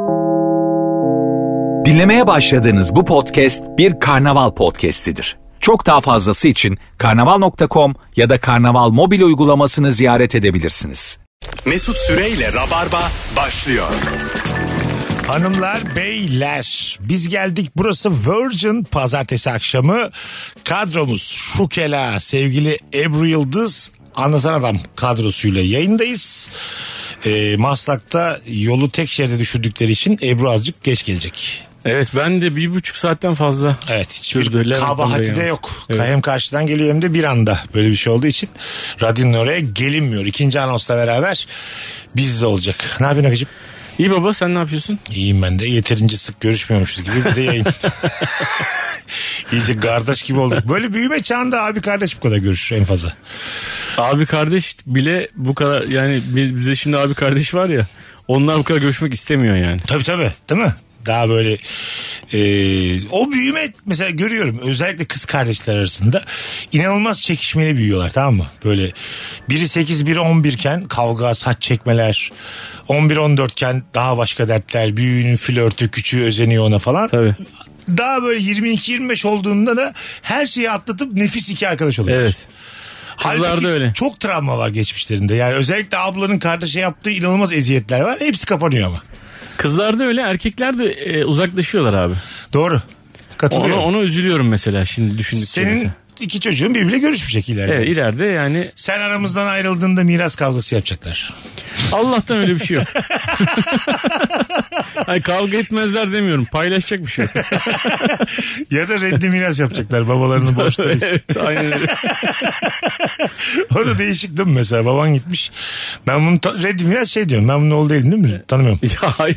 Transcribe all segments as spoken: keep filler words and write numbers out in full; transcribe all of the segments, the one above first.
Dinlemeye başladığınız bu podcast bir karnaval podcastidir. Çok daha fazlası için karnaval nokta com ya da karnaval mobil uygulamasını ziyaret edebilirsiniz. Mesut Süreyle Rabarba başlıyor. Hanımlar, beyler, biz geldik. Burası Virgin. Pazartesi akşamı kadromuz şukela, sevgili Ebru Yıldız, Anlatan Adam kadrosuyla yayındayız. Ee, Maslak'ta yolu tek şeride düşürdükleri için Ebru azıcık geç gelecek. Evet, ben de bir buçuk saatten fazla. Evet, hiçbir kabahati de yok. Evet. Hem karşıdan geliyor hem de bir anda böyle bir şey olduğu için radyonun oraya gelinmiyor. İkinci anonsla beraber bizde olacak. Ne yapıyorsun Akıcığım? İyi baba, sen ne yapıyorsun? İyiyim ben de. Yeterince sık görüşmüyormuşuz gibi bir de yayın. İyice kardeş gibi olduk. Böyle büyüme çağında abi kardeş bu kadar görüşür en fazla. Abi kardeş bile bu kadar, yani biz, bize şimdi abi kardeş var ya, onlar bu kadar görüşmek istemiyor yani. Tabii tabii, değil mi? Daha böyle e, o büyüme mesela görüyorum özellikle kız kardeşler arasında inanılmaz çekişmeli büyüyorlar, tamam mı? Böyle biri sekiz biri on bir iken kavga, saç çekmeler, on bir on dört iken daha başka dertler, büyüğünün flörtü, küçüğü özeniyor ona falan. Tabii. Daha böyle yirmi iki yirmi beş olduğunda da her şeyi atlatıp nefis iki arkadaş oluyor. Evet. Kızlarda öyle. Çok travma var geçmişlerinde. Yani özellikle ablanın kardeşe yaptığı inanılmaz eziyetler var. Hepsi kapanıyor ama. Kızlarda öyle, erkekler de e, uzaklaşıyorlar abi. Doğru. Katılıyorum. Ona, ona üzülüyorum mesela şimdi düşündükçe. Senin mesela. iki çocuğun birbiriyle görüşmeyecek ileride. Evet, ileride yani. Sen aramızdan ayrıldığında miras kavgası yapacaklar. Allah'tan öyle bir şey yok. Ay, kavga etmezler demiyorum. Paylaşacak bir şey yok. Ya da reddi miras yapacaklar babalarının borçları için. Evet, aynen öyle. O da değişik değil mi mesela? Baban gitmiş. Ben bunu ta- reddi miras şey diyorum. Ben bunun oğlu değilim değil mi? Tanımıyorum. Ya hayır.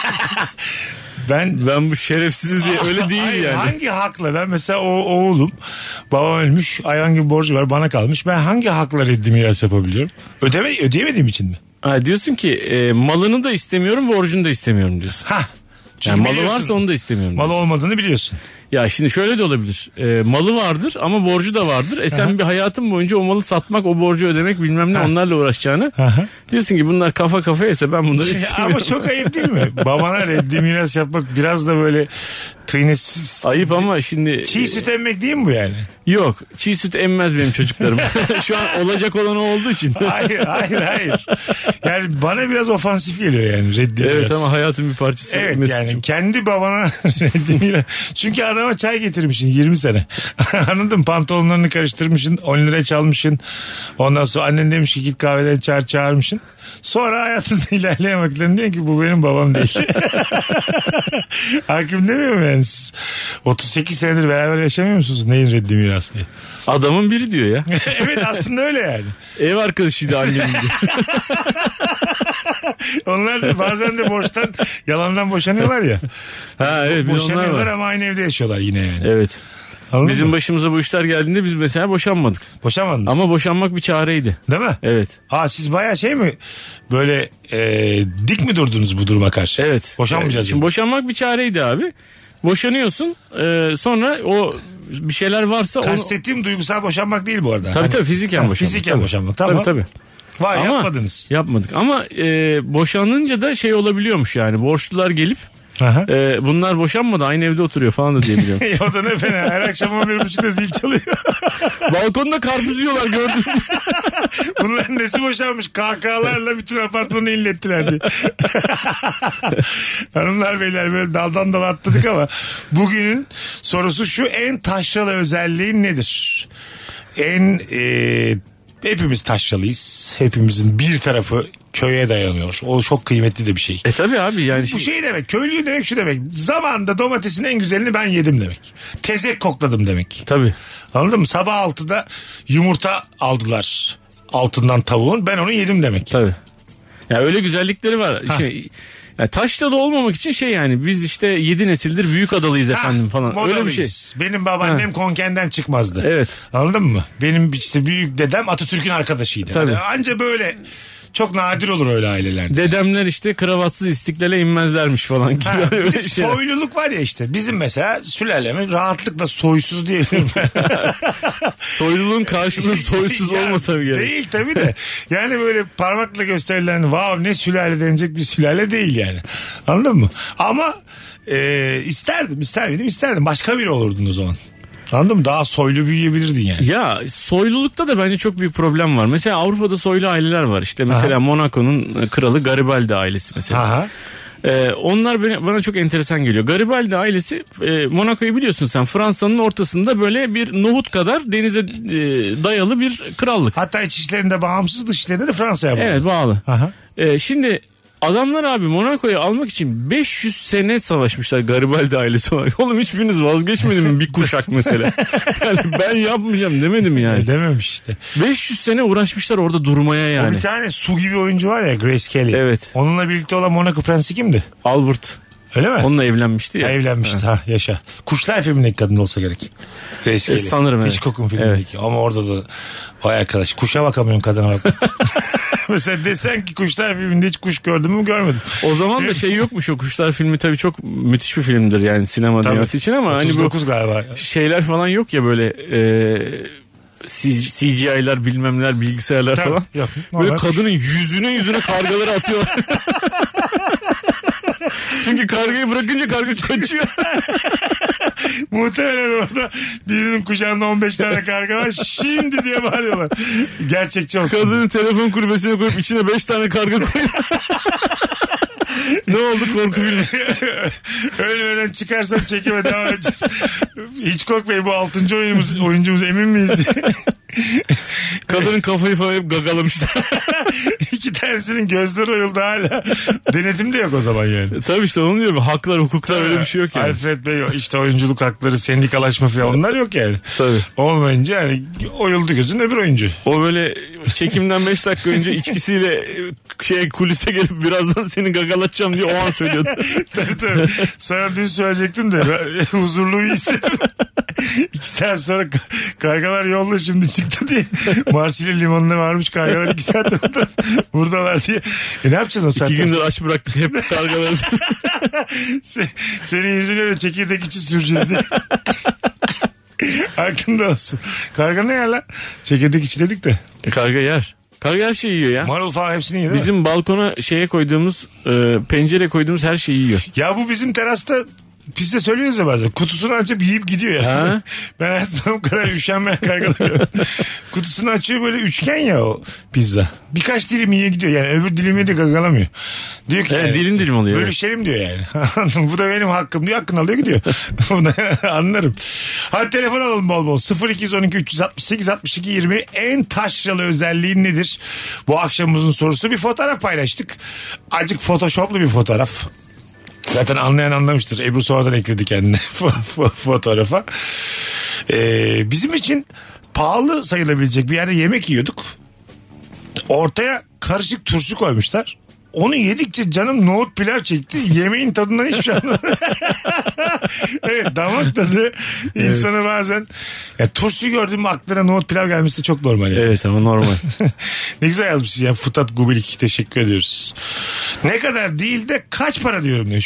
Ben ben bu şerefsiz diye öyle değil. Hayır, yani. Hangi hakla? Ben mesela o oğlum, babam ölmüş, hayvan gibi borcu var, bana kalmış. Ben hangi hakla reddi miras yapabiliyorum? Ödeme, ödeyemediğim için mi? Ha, diyorsun ki e, malını da istemiyorum, borcunu da istemiyorum diyorsun. Ha. Yani malı varsa onu da istemiyorum. Malı diyorsun. olmadığını biliyorsun. Ya şimdi şöyle de olabilir. E, malı vardır ama borcu da vardır. E sen Aha. bir hayatın boyunca o malı satmak, o borcu ödemek bilmem ne ha. onlarla uğraşacağını. Aha. Diyorsun ki bunlar kafa kafaysa ben bunları istemiyorum. Ama çok ayıp değil mi? Babana reddi miras yapmak biraz da böyle tıynesiz. Ayıp ama şimdi. Çiğ süt emmek değil mi bu yani? Yok, çiğ süt emmez benim çocuklarım. Şu an olacak olan o olduğu için. Hayır hayır hayır. Yani bana biraz ofansif geliyor yani reddi miras. Evet ama hayatın bir parçası. Evet Mesut'cum. yani kendi babana reddi miras. Çünkü adama çay getirmişsin yirmi sene. Anladın mı? Pantolonlarını karıştırmışsın, on liraya çalmışsın. Ondan sonra annen demiş ki git kahveden çağır çağırmışsın. Sonra hayatında ilerleyen vakitlerinde diyor ki bu benim babam değil. Hakim demiyor mu yani siz? otuz sekiz senedir beraber yaşamıyor musunuz? Neyin reddi mirası diye. Adamın biri diyor ya. Evet aslında öyle yani. Ev arkadaşıydı annemin diyor. Onlar da bazen de borçtan yalandan boşanıyorlar ya. Ha evet, boşanıyorlar ama aynı evde yaşıyorlar yine yani. Evet. Anladın Bizim mı? başımıza bu işler geldiğinde biz mesela boşanmadık. Boşanmadınız. Ama boşanmak bir çareydi. Değil mi? Evet. Ha siz bayağı şey mi böyle e, dik mi durdunuz bu duruma karşı? Evet. Boşanmayacağız. Şimdi boşanmak bir çareydi abi. Boşanıyorsun e, sonra o bir şeyler varsa. Kastettiğim onu... duygusal boşanmak değil bu arada. Tabii hani... tabii fiziken ha, boşanmak. Fiziken tabii. boşanmak tamam. Tabii tabii. Var ama yapmadınız. Yapmadık ama e, boşanınca da şey olabiliyormuş yani, borçlular gelip e, bunlar boşanmadı aynı evde oturuyor falan da diyebiliyorum. O da ne fena, her akşam on bir buçukta zil çalıyor. Balkonda karpuz yiyorlar gördün mü? Bunların nesi boşanmış, kahkahalarla bütün apartmanı inlettiler diye. Hanımlar beyler böyle daldan dala atladık ama bugünün sorusu şu: en taşralı özelliğin nedir? En e, hepimiz taşralıyız. Hepimizin bir tarafı köye dayanıyor. O çok kıymetli de bir şey. E tabi abi yani. Bu şimdi... şey demek, köylü demek şu demek. Zamanında domatesin en güzelini ben yedim demek. Tezek kokladım demek. Tabi. Anladın mı? Sabah altıda yumurta aldılar altından tavuğun. Ben onu yedim demek. Tabi. Ya öyle güzellikleri var. Şey, yani taşla da olmamak için şey yani biz işte yedi nesildir büyük adalıyız ha, efendim falan. Modalıyız. Öyle bir şey. Benim babaannem ha. Konkenden çıkmazdı. Evet. Anladın mı? Benim işte büyük dedem Atatürk'ün arkadaşıydı. Tabii. Yani anca böyle Çok nadir olur öyle ailelerde. Dedemler işte kravatsız istiklale inmezlermiş falan. Ha, bir de soyluluk var ya işte. Bizim mesela sülalemi rahatlıkla soysuz diyebilirim. Soyluluğun karşılığı soysuz olmasa bir gerek. Değil tabii de. Yani böyle parmakla gösterilen wow ne sülale denecek bir sülale değil yani. Anladın mı? Ama e, isterdim ister miydim isterdim. Başka biri olurdun o zaman. Anladın mı? Daha soylu büyüyebilirdin yani. Ya soylulukta da bence çok büyük problem var. Mesela Avrupa'da soylu aileler var. İşte mesela Aha. Monaco'nun kralı Garibaldi ailesi mesela. Aha. Ee, onlar bana, bana çok enteresan geliyor. Garibaldi ailesi e, Monaco'yu biliyorsun sen, Fransa'nın ortasında böyle bir nohut kadar denize e, dayalı bir krallık. Hatta iç işlerinde bağımsız, dış işlerinde de Fransa'ya bağlı. Evet, bağlı. Ee, şimdi adamlar abi Monaco'yu almak için beş yüz sene savaşmışlar Garibaldi ailesi olarak. Oğlum hiçbiriniz vazgeçmedi mi bir kuşak mesela? Yani ben yapmayacağım demedim yani. E, dememiş işte. beş yüz sene uğraşmışlar orada durmaya yani. O bir tane su gibi oyuncu var ya, Grace Kelly. Evet. Onunla birlikte olan Monaco prensi kimdi? Albert. Öyle mi? Onunla evlenmişti ya. Ha, evlenmişti ha. ha yaşa. Kuşlar filmindeki kadın olsa gerek. Grace Kelly. E, sanırım evet. Hitchcock'un filmindeki. Evet. Ama orada da vay arkadaş kuşa bakamıyorsun kadına bak. Mesela desen ki Kuşlar filminde hiç kuş gördün mü, görmedim. O zaman da şey yokmuş, o Kuşlar filmi tabii çok müthiş bir filmdir yani sinema tabii. dünyası için ama hani bu galiba. Şeyler falan yok ya böyle e, C G I'ler bilmemler bilgisayarlar tabii. falan. Yok, böyle kadının yüzüne yüzüne kargaları atıyor. Çünkü kargayı bırakınca karga kaçıyor. Muhtemelen orada birinin kucağında on beş tane karga var. Şimdi diye bağırıyorlar. Gerçekçi olsun. Kadının telefon kulübesine koyup içine beş tane karga koyuyor. Ne oldu korku filmi? Öyle öyle çıkarsan çekime devam edeceğiz. Hiç korkmayın, bu altıncı oyuncumuz, oyuncumuz emin miyiz diye. Kadının kafayı falan hep gagalamışlar. İki tanesinin gözleri oyuldu hala. Denetim de yok o zaman yani. E, tabii işte onu diyorum. Haklar, hukuklar tabii, öyle bir şey yok yani. Alfred Bey işte oyunculuk hakları, sendikalaşma falan onlar yok yani. Tabii. Olmayınca yani oyuldu gözün öbür oyuncu. O böyle çekimden beş dakika önce içkisiyle şey kulise gelip birazdan seni gagalatacağım diye o an söylüyordu. Tabii tabii. Sana dün söyleyecektim de huzurluğu istedim. İki saat sonra kargalar yolda şimdi çıktı diye. Marsilya limanına varmış kargalar iki saat orada buradalar diye. E ne yapacaksın o saatte? İki gündür aç bıraktık hep kargaları. Sen, senin yüzüne de çekirdek içi süreceğiz diye. Aklında olsun. Karga ne yer lan? Çekirdek içi dedik de. E, karga yer. Karga her şeyi yiyor ya. Marul falan hepsini yiyor değil Bizim mi? Balkona şeye koyduğumuz e, pencere koyduğumuz her şeyi yiyor. Ya bu bizim terasta biz de söylüyoruz ya bazen. Kutusunu açıp yiyip gidiyor ya. Ben hayatımda bu kadar üşenmeyen kargalıyorum. Kutusunu açıyor böyle üçgen ya o pizza. Birkaç dilim yiye gidiyor. Yani öbür dilimi de gagalamıyor. Diyor ki evet, yani, dilim dilim oluyor. bölüşelim diyor yani. Bu da benim hakkım diyor. Hakkını alıyor gidiyor. Bunu anlarım. Hadi telefon alalım bol bol. sıfır iki on iki üç altı sekiz altmış iki yirmi en taşralı özelliğin nedir? Bu akşamımızın sorusu. Bir fotoğraf paylaştık. Acık photoshoplu bir fotoğraf. Zaten anlayan anlamıştır. Ebru sonradan ekledi kendine fotoğrafa. Ee, bizim için pahalı sayılabilecek bir yerde yemek yiyorduk. Ortaya karışık turşu koymuşlar. Onu yedikçe canım nohut pilav çekti. Yemeğin tadından hiçbir şey anlamadım. Evet, damak tadı insanı evet. bazen ya, turşu gördüğüm aklına nohut pilav gelmesi de çok normal. Yani. Evet ama normal. Ne güzel yazmış yani Futat Gubilik, teşekkür ediyoruz. Ne kadar değil de kaç para diyorum demiş.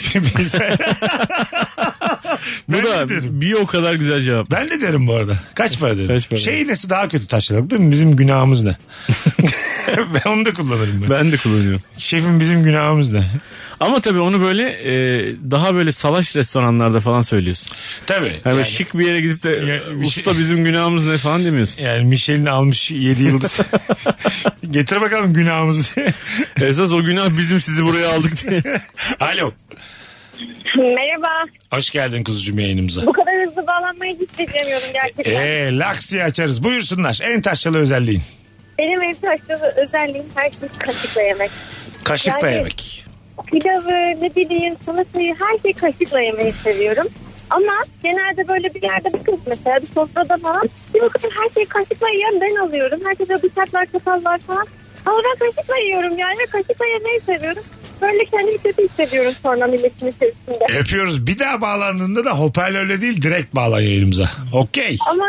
Bu da de bir o kadar güzel cevap. Ben de derim bu arada. Kaç para derim. Kaç para? Şey nesi daha kötü taşladık değil mi? Bizim günahımız ne? Ben onu da kullanırım ben. Ben de kullanıyorum. Şefim bizim günahımız ne? Ama tabii onu böyle e, daha böyle salaş restoranlarda falan söylüyorsun. Tabii. Yani, yani şık bir yere gidip de ya, usta şey, bizim günahımız ne falan demiyorsun. Yani Michelin'i almış yedi yıldız. Getir bakalım günahımızı diye. Esas o günah bizim, sizi buraya aldık diye. Alo. Merhaba. Hoş geldin kuzucuğum yayınımıza. Bu kadar hızlı bağlanmayı hiç beceremiyorum gerçekten. Eee laks diye açarız. Buyursunlar. En taşralı özelliğin. Benim en taşralı özelliğim her şeyi kaşıkla yemek. Kaşıkla yani, yemek. Pilavı, ne bileyim, salatayı, her şeyi kaşıkla yemeyi seviyorum. Ama genelde böyle bir yerde bakın mesela bir sofrada falan bir bakın her şeyi kaşıkla yiyorum, ben alıyorum. Herkese bıçaklar, çatallar falan. Ama ben kaşıkla yiyorum yani ve kaşıkla yemeyi seviyorum. Böyle kendimi kötü hissediyorum sonra milletin içerisinde. Öpüyoruz. Bir daha bağlandığında da hoparlörle değil direkt bağlan yayınımıza. Okey. Ama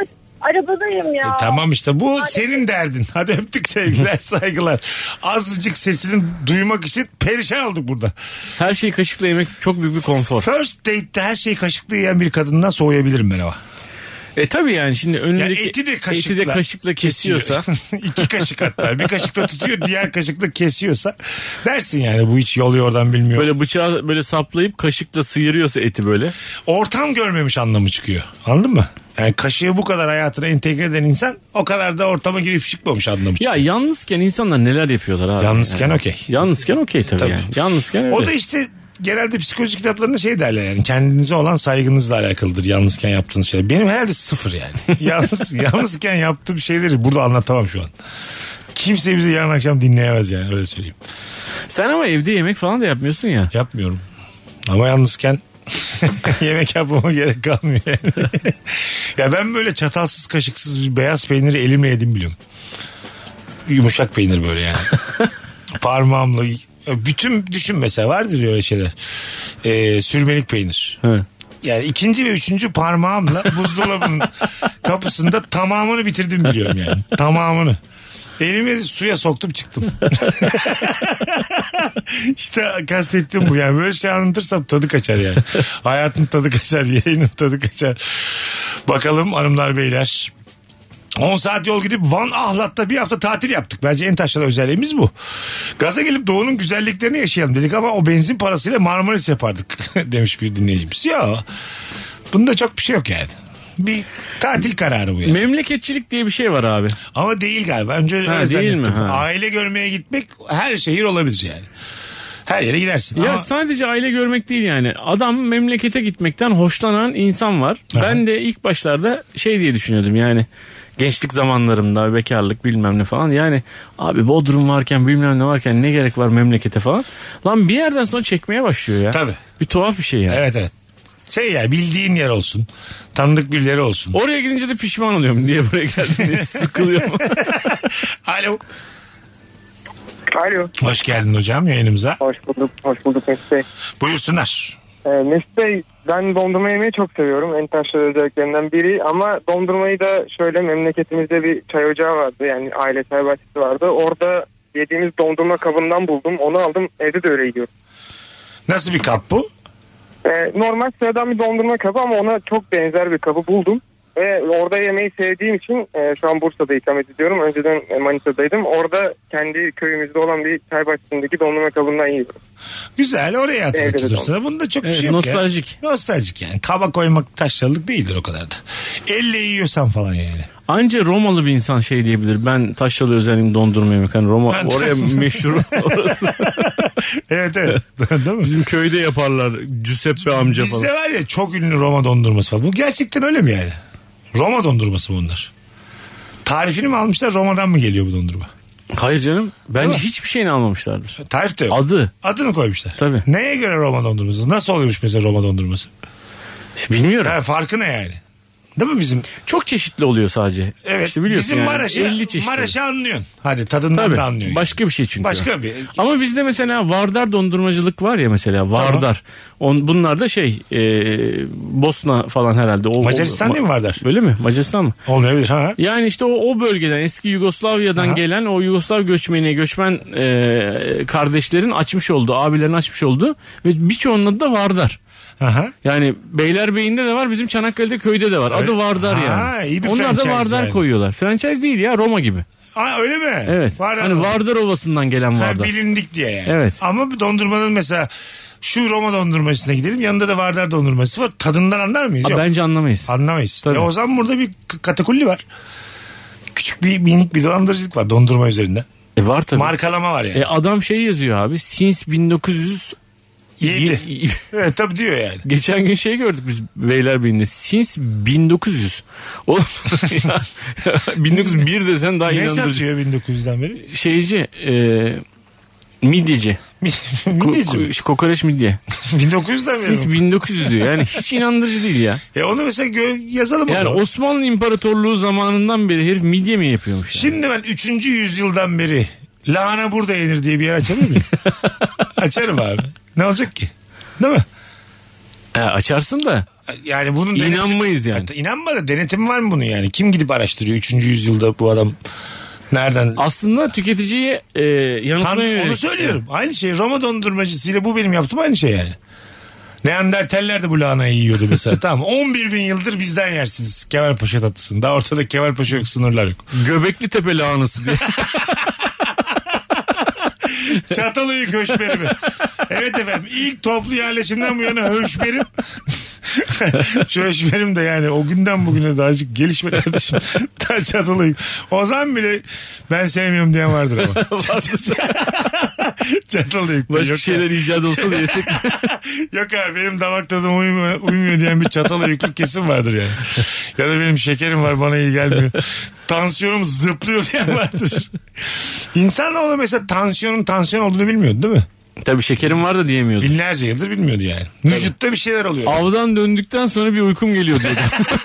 Arabadayım ya. E, tamam işte bu Hadi. Senin derdin. Hadi öptük, sevgiler saygılar. Azıcık sesini duymak için perişan olduk burada. Her şeyi kaşıkla yemek çok büyük bir konfor. First date'te her şeyi kaşıkla yiyen bir kadından soğuyabilirim ben ama. E tabii yani şimdi önündeki ya eti de kaşıkla, eti de kaşıkla kesiyorsa. iki kaşık hatta. Bir kaşıkla tutuyor, diğer kaşıkla kesiyorsa dersin yani bu hiç yol yordan bilmiyor. Böyle bıçağı böyle saplayıp kaşıkla sıyırıyorsa eti böyle. Ortam görmemiş anlamı çıkıyor. Anladın mı? Yani kaşığı bu kadar hayatına entegre eden insan o kadar da ortama girip çıkmamış anlamı çıkıyor. Ya yalnızken insanlar neler yapıyorlar abi. Yalnızken yani. okey. Yalnızken okey tabii, tabii yani. Yalnızken öyle. O da işte genelde psikoloji kitaplarında şey derler yani kendinize olan saygınızla alakalıdır yalnızken yaptığınız şey. Benim herhalde sıfır yani. Yalnız yalnızken yaptığım şeyleri burada anlatamam şu an. Kimse bizi yarın akşam dinleyemez yani öyle söyleyeyim. Sen ama evde yemek falan da yapmıyorsun ya. Yapmıyorum. Ama yalnızken yemek yapmama gerek kalmıyor yani. Ya ben böyle çatalsız kaşıksız bir beyaz peyniri elimle yedim biliyorum. Yumuşak peynir böyle yani. Parmağımla bütün düşün mesela vardır öyle şeyler. Ee, sürmelik peynir. He. Yani ikinci ve üçüncü parmağımla buzdolabının kapısında tamamını bitirdim biliyorum yani. Tamamını. Elimi suya soktum çıktım. İşte kastettim bu yani. Böyle şey anlatırsam tadı kaçar yani. Hayatın tadı kaçar, yayının tadı kaçar. Bakalım hanımlar beyler. on saat yol gidip Van Ahlat'ta bir hafta tatil yaptık. Bence en taşlı özelliğimiz bu. Gaza gelip doğunun güzelliklerini yaşayalım dedik ama o benzin parasıyla Marmaris yapardık demiş bir dinleyicimiz. Ya bunda çok bir şey yok yani. Bir tatil kararı bu yani. Memleketçilik diye bir şey var abi. Ama değil galiba. Önce ha, değil mi? Ha. Aile görmeye gitmek her şehir olabilir yani. Her yere gidersin. Ya ama... sadece aile görmek değil yani. Adam memlekete gitmekten hoşlanan insan var. Aha. Ben de ilk başlarda şey diye düşünüyordum yani. Gençlik zamanlarımda bekarlık bilmem ne falan. Yani abi Bodrum varken bilmem ne varken ne gerek var memlekete falan. Lan bir yerden sonra çekmeye başlıyor ya. Tabii. Bir tuhaf bir şey yani. Evet evet. Şey ya bildiğin yer olsun. Tanıdık birileri olsun. Oraya gidince de pişman oluyorum. Niye buraya geldim diye sıkılıyorum. Alo. Alo. Hoş geldin hocam yayınımıza. Hoş bulduk. Hoş bulduk Mesut Bey. Buyursunlar. Ee, Mesut Bey ben dondurma yemeyi çok seviyorum. En taşlı özelliklerinden biri. Ama dondurmayı da şöyle memleketimizde bir çay ocağı vardı. Yani aile çay bahçesi vardı. Orada yediğimiz dondurma kabından buldum. Onu aldım. Evde de öyle yiyorum. Nasıl bir kap bu? Ee, normal sıradan bir dondurma kabı ama ona çok benzer bir kabı buldum. Ve orada yemeği sevdiğim için e, şu an Bursa'da ikamet ediyorum. Önceden e, Manisa'daydım. Orada kendi köyümüzde olan bir çay bahçesindeki dondurma kabından yiyorum. Güzel, oraya hatırlatılır sana. Bunda çok bir evet, şey yok nostaljik. ya. Nostaljik yani. Kaba koymak taşralık değildir o kadar da. Elle yiyorsan falan yani. Anca Romalı bir insan şey diyebilir. Ben taşralı özelliğim dondurma yemek. Yani Roma ben oraya meşhur orası. Evet evet. Değil mi? Bizim köyde yaparlar. Giuseppe amca Bizde falan. Bizde var ya çok ünlü Roma dondurması falan. Bu gerçekten öyle mi yani? Roma dondurması mı bunlar? Tarifini mi almışlar, Roma'dan mı geliyor bu dondurma? Hayır canım. Bence hiçbir şeyini almamışlardır. Tarif de yok. Adı. Adını koymuşlar. Tabii. Neye göre Roma dondurması? Nasıl oluyormuş mesela Roma dondurması? Bilmiyorum. Ha, farkı ne yani? Değil mi bizim? Çok çeşitli oluyor sadece. Evet. İşte biliyorsun bizim yani, Maraş'ı, elli çeşitli. Maraş'ı anlıyorsun. Hadi tadından Tabii, da anlıyorsun. Başka bir şey çünkü. Başka bir. Ama bizde mesela Vardar dondurmacılık var ya mesela. Vardar. Tamam. On, bunlar da şey e, Bosna falan herhalde. O, Macaristan o, değil mi Vardar? Öyle mi? Macaristan mı? Olmayabilir. Ha. Yani işte o, o bölgeden eski Yugoslavya'dan Aha. gelen o Yugoslav göçmeni göçmen e, kardeşlerin açmış olduğu, abilerin açmış olduğu ve birçoğunun adı da Vardar. Aha. Yani Beylerbeyi'nde de var, bizim Çanakkale'de köyde de var. Öyle. Adı Vardar ha, yani. İyi bir onlar da Vardar yani. Koyuyorlar. Franchise değil ya, Roma gibi. Aa, öyle mi? Evet. Vardar hani Vardar Ovası'ndan gelen Vardar. Ha, bilindik diye yani. Evet. Ama dondurmanın mesela şu Roma dondurmacısına gidelim, yanında da Vardar dondurmacısı var. Tadından anlar mıyız? Aa, Yok. Bence anlamayız. Anlamayız. E o zaman burada bir katakulli var. Küçük bir minik bir dolandırıcılık var dondurma üzerinde. E var tabii. Markalama var yani. E adam şey yazıyor abi. Since bin dokuz yüz yedi. Evet tabii diyor yani. Geçen gün şey gördük biz Beylerbeyi'nde. Since bin dokuz yüz. Oğlum ya, bin dokuz yüz bir desen daha ne inandırıcı. Ne satıyor bin dokuz yüzden beri? Şeyci. E, midyeci. Midyeci mi? Ko- kokoreç midye. bin dokuz yüzden beri Since bin dokuz yüz diyor. Yani hiç inandırıcı değil ya. E onu mesela gö- yazalım. Yani bakalım. Osmanlı İmparatorluğu zamanından beri herif midye mi yapıyormuş yani? Şimdi ben üçüncü yüzyıldan beri lahana burada yenir diye bir yer açabilir miyim? Açarım abi. Ne olacak ki? Değil mi? E, açarsın da. yani bunun İnanmayız yani. Hatta inanma da denetim var mı bunun yani? Kim gidip araştırıyor üçüncü yüzyılda bu adam nereden? Aslında tüketiciyi e, yanıltmaya yönelik. Onu söylüyorum. Aynı şey Roma dondurmacısıyla bu benim yaptığım aynı şey yani. Neandertaller de bu lahanayı yiyordu mesela. Tamam on bir bin yıldır bizden yersiniz Kemalpaşa tatlısını. Daha ortada Kemalpaşa yok, sınırlar yok. Göbekli Tepe lahanası diye. Çatalhöyük höşberimi. Evet efendim ilk toplu yerleşimden bu yana höşberim. Şu höşberim de yani o günden bugüne daha azıcık gelişme kardeşim. Daha Çatalhöyük. O zaman bile ben sevmiyorum diyen vardır ama. Çatalhöyük. Başka yok şeyler ya. icat olsa da yesek. Yok abi benim damak tadım uymuyor, uymuyor diyen bir Çatalhöyüklük kesin vardır yani. Ya da benim şekerim var bana iyi gelmiyor. Tansiyonum zıplıyor diyen vardır. İnsanoğlu mesela tansiyonun tansiyon olduğunu bilmiyordu değil mi? Tabii şekerim var da diyemiyordu. Binlerce yıldır bilmiyordu yani. Vücutta bir şeyler oluyor. Avdan döndükten sonra bir uykum geliyor diyordu.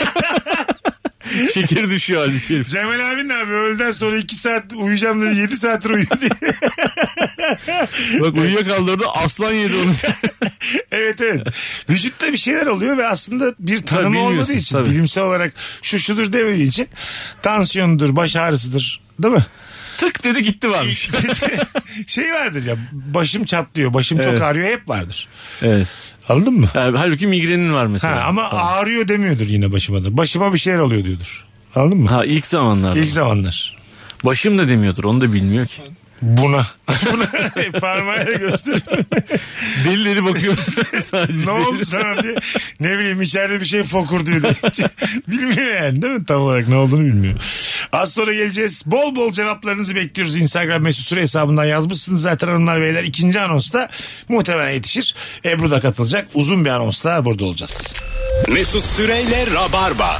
Şeker düşüyor halbuki herif. Cemal abi ne yapıyor? Öğleden sonra iki saat uyuyacağım dedi. yedi saattir uyuyor diye. Bak uyuyakaldı orada aslan yedi onu. Evet evet. Vücutta bir şeyler oluyor ve aslında bir tanımı olmadığı için tabii. bilimsel olarak şu şudur demediği için tansiyondur, baş ağrısıdır. Değil mi? Tık dedi gitti varmış. Şey vardır ya başım çatlıyor, başım Evet. çok ağrıyor hep vardır. Evet. Anladın mı? Yani, halbuki migrenin var mesela. Ha, ama tamam. ağrıyor demiyordur yine başıma da. Başıma bir şeyler oluyor diyordur. Anladın mı? Ha ilk zamanlarda. İlk zamanlar. Başım da demiyordur onu da bilmiyor ki. Buna. Buna parmağıyla gösteriyor. Deli deli bakıyor. Sadece Ne oldu sana diye. Ne bileyim içeride bir şey fokurduydu. Bilmiyor yani değil mi? Tam olarak ne olduğunu bilmiyor. Az sonra geleceğiz. Bol bol cevaplarınızı bekliyoruz. Instagram mesut süre hesabından yazmışsınız zaten hanımlar beyler. İkinci anonsta muhtemelen yetişir. Ebru da katılacak. Uzun bir anonsla burada olacağız. Mesut Süreyle Rabarba.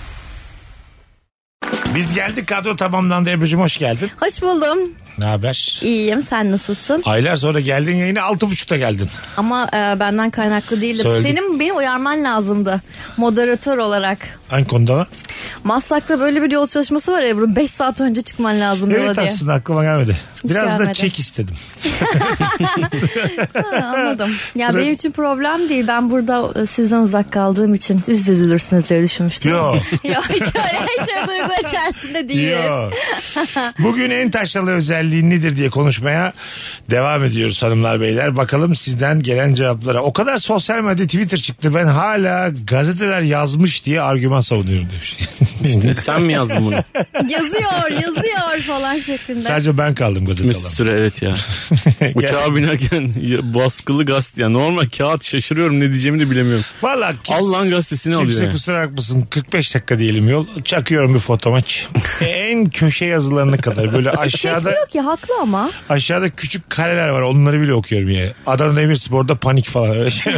Biz geldik, kadro tamamlandı. Ebru'cum hoş geldin. Hoş buldum. Ne haber? İyiyim, sen nasılsın? Aylar sonra geldin yayına, altı buçukta geldin. Ama e, benden kaynaklı değildim. Söyledik. Senin beni uyarman lazımdı. Moderatör olarak. Hangi konuda var? Maslak'ta böyle bir yol çalışması var Ebru. beş saat önce çıkman lazım yola Evet diye. aslında aklıma gelmedi. Hiç Biraz da gelmedi. çek istedim. Ha, anladım. Ya benim için problem değil. Ben burada sizden uzak kaldığım için siz üzülürsünüz diye düşünmüştüm. Yok. Yok hiç öyle, hiç öyle duygu içerisinde değiliz. Yok. Bugün en taşralı özelliğin nedir diye konuşmaya devam ediyoruz hanımlar beyler. Bakalım sizden gelen cevaplara. O kadar sosyal medya Twitter çıktı. Ben hala gazeteler yazmış diye argüman savunuyorum demiş. İşte sen mi yazdın bunu? Yazıyor yazıyor falan şeklinde. Sadece ben kaldım gazete Mesut alan. Süre evet ya. Uçağa binerken ya, baskılı gazete ya normal kağıt şaşırıyorum ne diyeceğimi de bilemiyorum. Valla Allah'ın gazetesini alıyor kimse yani. kusura bakmasın, kırk beş dakika diyelim yol. Çakıyorum bir fotomaç. En köşe yazılarına kadar böyle aşağıda Çekmiyor ki, haklı ama. aşağıda küçük kareler var, onları bile okuyorum ya. Adana Demirspor'da panik falan öyle şey.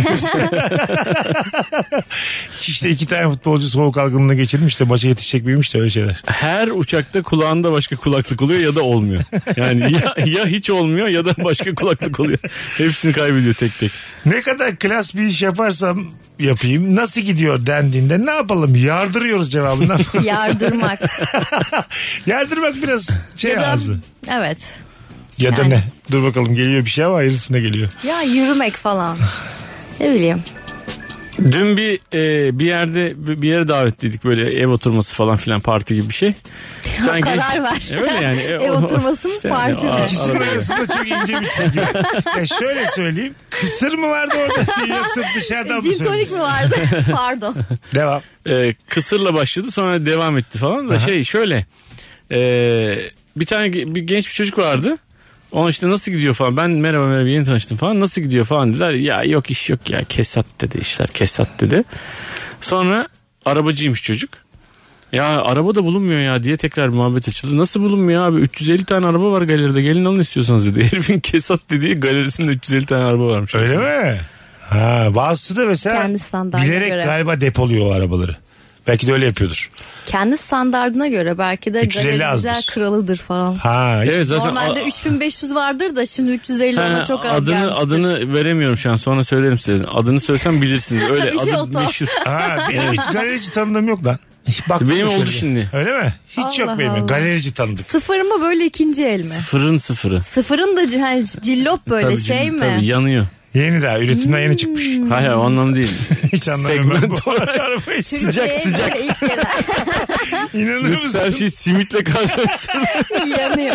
İşte iki tane futbolcu soğuk algınlığına geçirmiş de maça yetişecek miymiş de öyle şeyler. Her uçakta kulağında başka kulaklık oluyor ya da olmuyor. Yani ya, ya hiç olmuyor ya da başka kulaklık oluyor. Hepsini kaybediyor tek tek. Ne kadar klas bir iş yaparsam yapayım, nasıl gidiyor dendiğinde ne yapalım, yardırıyoruz cevabından. Yardırmak. Yardırmak biraz şey Ya da- ağzı. Evet. Ya da Yani. ne? Dur bakalım, geliyor bir şey ama hayırlısına geliyor. Ya yürümek falan. Ne bileyim. Dün bir e, bir yerde bir yere davetliydik böyle ev oturması falan filan parti gibi bir şey. Bir tane Karar genç- ver. E, Öyle yani. E, Ev o- oturması mı, işte parti yani, mi? a- İkisinin arada- arasında çok ince bir çizgi var. Ya şöyle söyleyeyim. Kısır mı vardı orada yoksa dışarıdan mı Gin tonik söylüyorsun? mi vardı? Pardon. Devam. e, kısırla başladı sonra devam etti falan da Aha. şey şöyle e, bir tane ge- bir genç bir çocuk vardı. Ona işte nasıl gidiyor falan, ben merhaba merhaba yeni tanıştım falan, nasıl gidiyor falan dediler. Ya yok iş yok ya, kesat dedi, işler kesat dedi. Sonra arabacıymış çocuk. Ya araba da bulunmuyor ya diye tekrar muhabbet açıldı. Nasıl bulunmuyor abi, üç yüz elli tane araba var galeride, gelin alın istiyorsanız dedi. Herifin kesat dediği galerisinde üç yüz elli tane araba varmış. Öyle mi? Ha, bazısı da mesela Kendi standartına bilerek göre. galiba depoluyor o arabaları. Belki de öyle yapıyordur. Kendi standardına göre belki de üç yüz elli galericiler azdır. kralıdır falan. Ha, hiç- Evet zaten Normalde a- üç bin beş yüz vardır da şimdi üç yüz elli Ha, ona çok az adını gelmiştir. adını veremiyorum şu an, sonra söylerim size. Adını söylesem bilirsiniz. Öyle Bir şey adı oldu. meşhur. ha, benim hiç galerici tanıdığım yok lan. Hiç baktım Benim mı oldu şöyle? şimdi. Öyle mi? Hiç Allah yok benim. Allah. Galerici tanıdık. Sıfır mı böyle ikinci el mi? Sıfırın sıfırı. Sıfırın da c- hani cillop böyle Tabii, şey mi? Tabii yanıyor. Yeni daha üretimden yeni çıkmış. Hmm. Hayır o anlamda değil. Hiç anlamıyorum ben bu Segment olarak. arabayı. Sıcak sıcak. Böyle ilk gelen İnanır Mesut her mısın? şeyi simitle karşılaştırdı. yanıyor.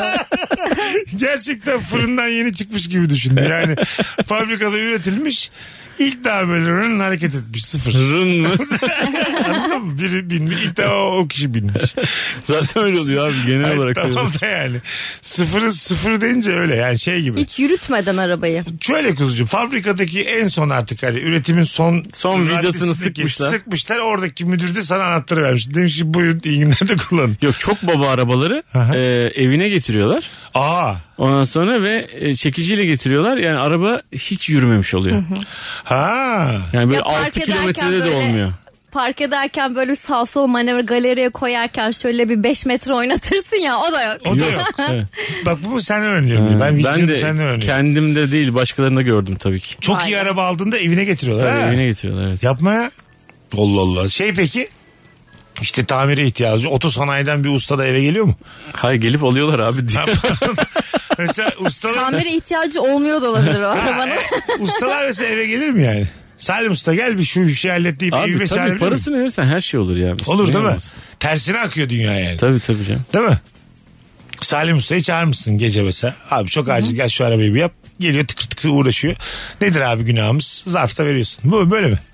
Gerçekten fırından yeni çıkmış gibi düşündüm. Yani fabrikada üretilmiş. İlk daha böyle rın hareket etmiş. Sıfır. Rın mı? Anladın mı? Biri binmiş. İlk daha o, o kişi binmiş. Zaten öyle oluyor abi genel Ay, olarak. tamam öyle. da yani. Sıfırı sıfır deyince öyle yani şey gibi. Hiç yürütmeden arabayı. Şöyle kuzucuğum fabrikadaki en son artık hani üretimin son Son vidasını raddesindeki sıkmışlar. Sıkmışlar oradaki müdür de sana anahtarı vermiş. Demiş ki buyurun iyi günlerde kullanın. Yok çok baba arabaları Aha. e, evine getiriyorlar. Aa. Ondan sonra ve e, çekiciyle getiriyorlar. Yani araba hiç yürümemiş oluyor. Ha. Yani böyle Ya park altı ederken kilometrede de böyle- olmuyor. Park ederken böyle sağ sol manevra galeriye koyarken şöyle bir beş metre oynatırsın ya o da yok. O da yok. Evet. Bak bu senden öğreniyorum. ben Ben vizyonu de senden öğreniyorum. kendimde değil başkalarında gördüm tabii ki. Çok Vay iyi be. araba aldığında evine getiriyorlar. Tabii ha. evine getiriyorlar evet. Yapma ya. Allah Allah. Şey peki işte tamire ihtiyacı otosanayiden bir usta da eve geliyor mu? Hayır gelip alıyorlar abi diye. Mesela ustalar, Tamire ihtiyacı olmuyor da olabilir o arabanın. ustalar mesela eve gelir mi yani? Salim Usta gel bir şu işi hallet deyip Abi evime tabii çağırabilir miyim? parasını verirsen her şey olur ya. Olur Niye değil mi? olmasın? Tersine akıyor dünya yani. Tabii tabii canım. Değil mi? Salim Usta'yı çağırmışsın gece mesela. Abi çok acil gel şu arabayı bir yap. Geliyor tıkır tıkır uğraşıyor. Nedir abi günahımız? Zarfta veriyorsun. Bu böyle mi?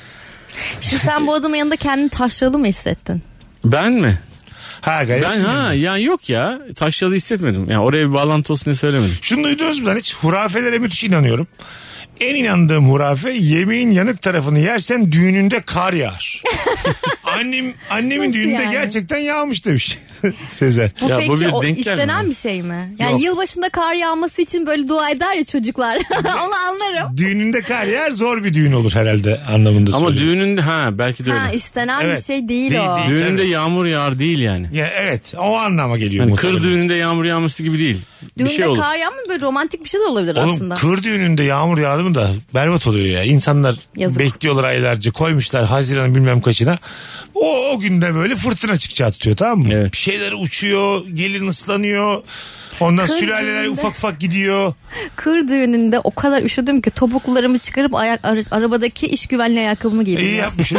Şimdi sen bu adamın yanında kendini taşralı mı hissettin? Ben mi? Ha gayet. Ben ha yani yok ya taşralı hissetmedim. Yani oraya bir bağlantı olsun diye söylemedim. Şunu duydunuz mu lan hiç? Hurafelere müthiş inanıyorum. En inandığım hurafe yemeğin yanık tarafını yersen düğününde kar yağar. Annem annemin Nasıl düğününde yani? gerçekten yağmış demiş Sezer. Bu Ya bu peki bir o denk istenen gelmiyor. bir şey mi? Yani Yok. yılbaşında kar yağması için böyle dua eder ya çocuklar. Onu anlarım. Düğününde kar yağar zor bir düğün olur herhalde anlamında Ama söylüyorum. düğününde ha belki de öyle. Ha istenen Evet. bir şey değil, Değil, o. değil. Düğününde Tabii. yağmur yağar değil yani. Ya evet o anlama geliyor. Hani muhtemelen. kır düğününde yağmur yağması gibi değil. Düğünde bir şey olur. kar yağma böyle romantik bir şey de olabilir Oğlum aslında. kır düğününde yağmur yağdı mı da berbat oluyor ya. İnsanlar Yazık. bekliyorlar aylarca koymuşlar Haziran'ın bilmem kaçına. O, o günde böyle fırtına çıkacağı tutuyor tamam mı? Evet. Bir şeyler uçuyor, gelin ıslanıyor. Ondan Kır sülaleler düğünde- ufak ufak gidiyor. Kır düğününde o kadar üşüdüm ki topuklularımı çıkarıp ayak, ara- arabadaki iş güvenli ayakkabımı giydim. İyi ya. yapmışsın.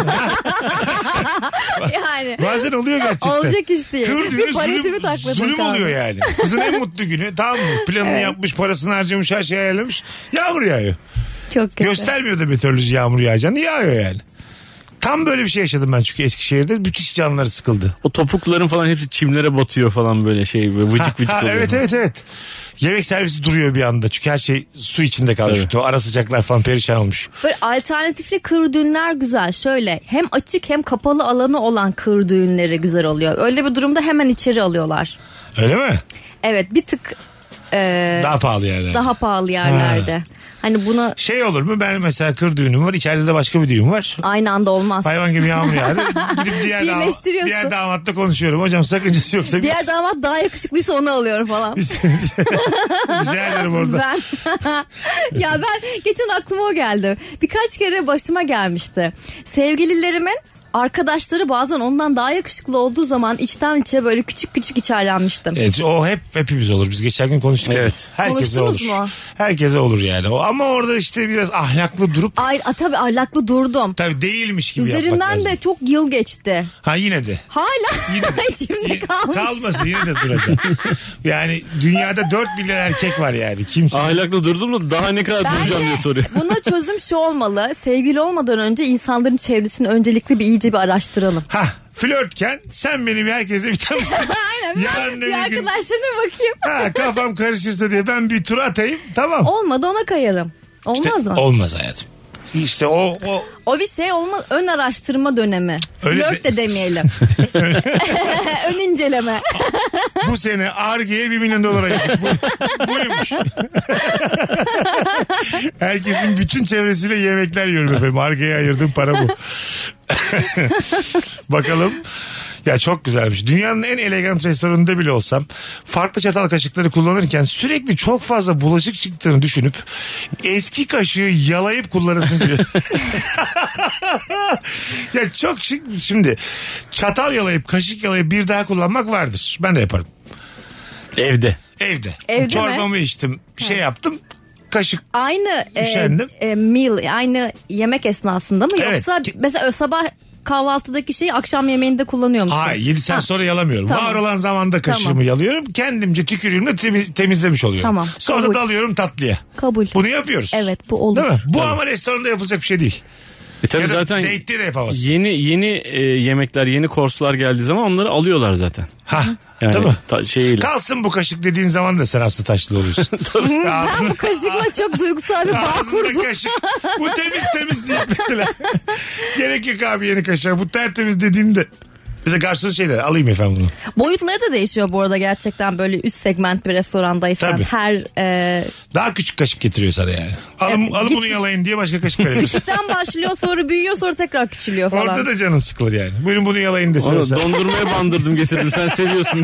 Yani Bazen oluyor gerçekten. olacak iş değil. Kır düğünü Bir paletimi zulüm, takladım. zulüm kaldı. oluyor yani. Kızın en mutlu günü tamam mı? Planını yapmış, parasını harcamış, her şeyi ayarlamış. Yağmur yağıyor. Çok kötü. Göstermiyor da meteoroloji yağmur yağacağını yağıyor yani. Tam böyle bir şey yaşadım ben çünkü Eskişehir'de. Müthiş canları sıkıldı. O topukların falan hepsi çimlere batıyor falan böyle şey böyle vıcık vıcık Ha, oluyor. evet evet evet. Yemek servisi duruyor bir anda. Çünkü her şey su içinde kalmış. Evet. O ara sıcaklar falan perişan olmuş. Böyle alternatifli kır düğünler güzel. Şöyle hem açık hem kapalı alanı olan kır düğünleri güzel oluyor. Öyle bir durumda hemen içeri alıyorlar. Öyle mi? Evet bir tık e, Daha pahalı yerler. daha pahalı yerlerde. Hani bunu Şey olur mu? Ben mesela kır düğünüm var. İçeride de başka bir düğün var. aynı anda olmaz. Hayvan gibi yağmur yağdı. Gidip diğer, dam- Birleştiriyorsun. diğer damatla konuşuyorum. Hocam sakıncası yoksa biz... Diğer damat daha yakışıklıysa onu alıyorum falan. biz- Rica ederim orada. Ben ya ben geçen aklıma o geldi. Birkaç kere başıma gelmişti. Sevgililerimin arkadaşları bazen ondan daha yakışıklı olduğu zaman içten içe böyle küçük küçük içerlenmiştim. Evet o hep hepimiz olur. Biz geçen gün konuştuk. Evet. Herkese olur. Konuştunuz mu? Herkese olur yani. O, ama orada işte biraz ahlaklı durup Ay a, tabii ahlaklı durdum. tabii değilmiş gibi yapmak Üzerinden lazım. de çok yıl geçti. Ha yine de. Hala içimde Yine- kalmış. Kalmasın yine de duracak. Yani dünyada dört milyar erkek var yani. Kimse. Ahlaklı durdum da daha ne kadar duracağım diye soruyor. Buna çözüm şu olmalı. Sevgili olmadan önce insanların çevresini öncelikli bir iyice bir araştıralım. Ha flörtken sen beni bir herkesle bir tanıştır. Aynen. Yarın bir öbür gün arkadaşlarına bakayım. ha, kafam karışırsa diye ben bir tur atayım. Tamam. Olmadı ona kayarım. Olmaz İşte mı? olmaz hayatım. İşte o o O bir şey olmaz. Ön araştırma dönemi. Öyle Flört de- de demeyelim. Ön inceleme. bu sene Ar-Ge'ye bir milyon dolar ayırdık. Bu, buymuş. Herkesin bütün çevresiyle yemekler yiyorum efendim. Ar-Ge'ye ayırdığım para bu. Bakalım. Ya çok güzelmiş. Dünyanın en elegant restoranında bile olsam farklı çatal kaşıkları kullanırken sürekli çok fazla bulaşık çıktığını düşünüp eski kaşığı yalayıp kullanırsın diyor. Ya çok şık. Şimdi çatal yalayıp kaşık yalayıp bir daha kullanmak vardır. Ben de yaparım. Evde. Evde. Evde mi? Çorbamı içtim. Şey yaptım. kaşık Aynı e, üşendim. e, meal, aynı yemek esnasında mı? Evet. Yoksa mesela sabah kahvaltıdaki şeyi akşam yemeğinde kullanıyor musun? Hayır yedi saat sonra yalamıyorum. Tamam. Var olan zamanda kaşığımı Tamam. yalıyorum. Kendimce tükürüğümle temiz, temizlemiş oluyorum. Tamam, Sonra kabul. da alıyorum tatlıya. Kabul. Bunu yapıyoruz. Evet, bu olur. Değil mi? Bu ama restoranda yapılacak bir şey değil. E tabii Ya da zaten date'de de yapamazsın. yeni yeni e, yemekler, yeni korslar geldiği zaman onları alıyorlar zaten. Ha, Yani değil mi? ta- şeyiyle. Kalsın bu kaşık dediğin zaman da sen hasta taşlı oluyorsun. Ben bu kaşıkla çok duygusal bir bağ Ağzında kurdum. kaşık. Bu temiz temiz değil mesela. Gerek yok abi yeni kaşığa. Bu tertemiz dediğinde. Bize garson şey der, alayım efendim bunu. Boyutları da değişiyor bu arada gerçekten, böyle üst segment bir restorandaysan. Tabii. Her e, Daha küçük kaşık getiriyor sana yani. Alın, Evet, alın git- bunu yalayın diye başka kaşık veriyorsun. küçükten başlıyor, sonra büyüyor, sonra tekrar küçülüyor falan. Orada da canın sıkılır yani. Buyurun bunu yalayın desin. Onu mesela. dondurmaya bandırdım getirdim sen seviyorsun.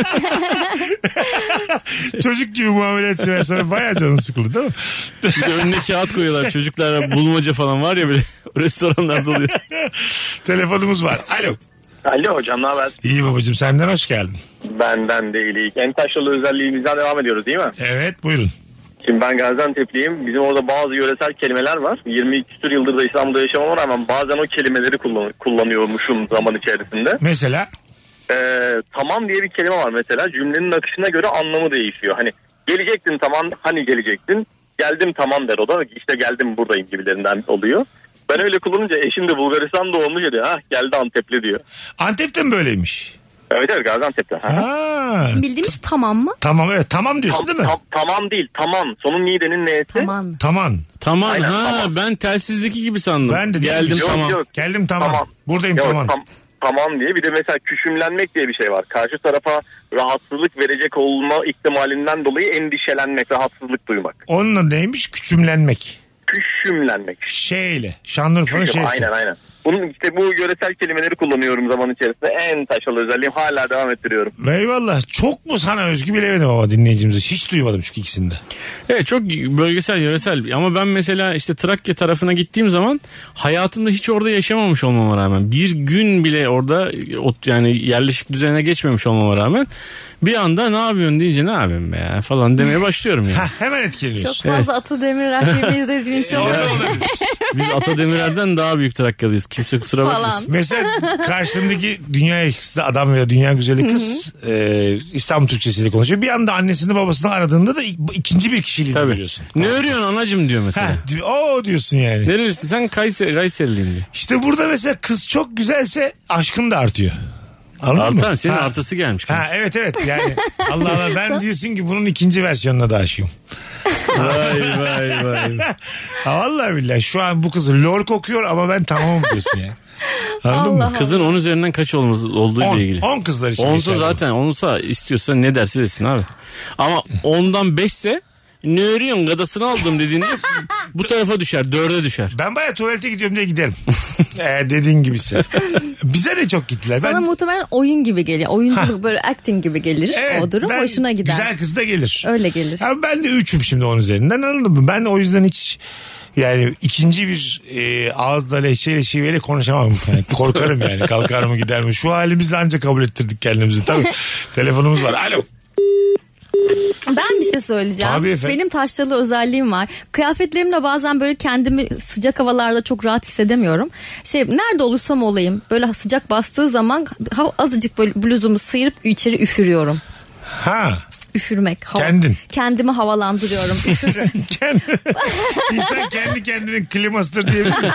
Çocuk gibi muamele etsinler sana bayağı canın sıkılır değil mi? Bir de önüne kağıt koyuyorlar çocuklara, bulmaca falan var ya böyle restoranlarda oluyor. Telefonumuz var. Alo. Alo hocam, ne haber? İyi babacığım, senden hoş geldin. Benden de iyilik. En taşralı özelliğimizden devam ediyoruz değil mi? Evet buyurun. Şimdi ben Gaziantep'liyim. Bizim orada bazı yöresel kelimeler var. yirmi iki küsur yıldır da İstanbul'da yaşamama rağmen bazen o kelimeleri kullan- kullanıyormuşum zaman içerisinde. Mesela? Ee, tamam diye bir kelime var mesela. Cümlenin akışına göre anlamı değişiyor. Hani gelecektin tamam, hani gelecektin. Geldim tamam der o da. İşte geldim buradayım gibilerinden oluyor. Ben öyle kullanınca eşim de Bulgaristan doğumlu diyor. Ha geldi Antepli diyor. Antep'te mi böyleymiş? Evet evet, Gaziantep'te. Ha. Ha. Bildiğimiz tamam mı? Tamam evet tamam diyorsun Tam, değil mi? tam, tamam değil, tamam. Sonun nidenin neyse. Tamam. Tamam. Tamam Aynen, ha tamam. ben telsizdeki gibi sandım. Ben de geldim Yok, tamam. yok. Geldim tamam. Tamam. Buradayım Yok, tamam. tam, tamam diye bir de mesela küçümlenmek diye bir şey var. Karşı tarafa rahatsızlık verecek olma ihtimalinden dolayı endişelenmek, rahatsızlık duymak. Onunla neymiş? Küçümlenmek. Küçümlenmek. Şeyle. Şanlıurfa'nın Küçüm, şeysi. aynen aynen. Bunun işte bu yöresel kelimeleri kullanıyorum zaman içerisinde. En taşralı özelliğim, hala devam ettiriyorum. Eyvallah. Çok mu sana özgü bilemedim ama dinleyicimize. Hiç duymadım çünkü ikisini de. Evet çok bölgesel yöresel ama ben mesela işte Trakya tarafına gittiğim zaman hayatımda hiç orada yaşamamış olmama rağmen bir gün bile orada yani yerleşik düzenine geçmemiş olmama rağmen bir anda ne yapıyorsun deyince ne yapayım be ya falan demeye başlıyorum yani. Hah, hemen etkileniyorsun. Çok fazla Atı Demirel filmi izlediğin için Orada olabilir. olabilir. Biz Ata Demirer'den daha büyük Trakyalıyız. Kimse kusura Falan. bakmasın. Mesela karşındaki dünya yakışıklı adam veya dünya güzeli kız e, İstanbul Türkçesiyle konuşuyor. Bir anda annesini babasını aradığında da ik- ikinci bir kişiliğini Tabii. görüyorsun. Ne örüyorsun anacım diyor mesela. Ha, di- o diyorsun yani. Nerelisin sen? Kayseri, Kayseriliyim diyor. İşte burada mesela kız çok güzelse aşkın da artıyor. Anladın Artar mı? senin Ha. artısı gelmiş. Ha evet evet yani Allah Allah ben diyorsun ki bunun ikinci versiyonuna da aşığım. Vay vay vay. Ha, vallahi billahi şu an bu kızı lor kokuyor ama ben tamamım diyorsun ya. Anladın Allah mı? Kızın on üzerinden kaç olması olduğu ile ilgili. on kızlar için. Onsa geçerli bu. zaten onsa istiyorsa ne derse desin abi. Ama ondan beşse ne örüyorsun gadasını aldım dediğinde bu tarafa düşer dörde düşer. Ben baya tuvalete gidiyorum diye giderim. ee, dediğin gibisi. Bize de çok gittiler. Sana ben, muhtemelen oyun gibi geliyor. Oyunculuk böyle acting gibi gelir evet, o durum. ben- Hoşuna gider. Güzel kız da gelir. Öyle gelir. Ya ben de üçüm şimdi onun üzerinden anladın mı? Ben o yüzden hiç yani ikinci bir e, ağızda leşeyle şiveyle konuşamam. Yani korkarım yani kalkar mı gider mi? Şu halimizle ancak kabul ettirdik kendimizi. Tabii telefonumuz var. Alo. Ben bir şey söyleyeceğim. Tabii efendim. Benim taşralı özelliğim var. Kıyafetlerimle bazen böyle kendimi sıcak havalarda çok rahat hissedemiyorum. Şey nerede olursam olayım böyle sıcak bastığı zaman ha- azıcık böyle bluzumu sıyırıp içeri üfürüyorum. Ha. Üfürmek. Hava- Kendin. Kendimi havalandırıyorum. Üfürü. Kendi, insan kendi kendinin klimasıdır diyebilir.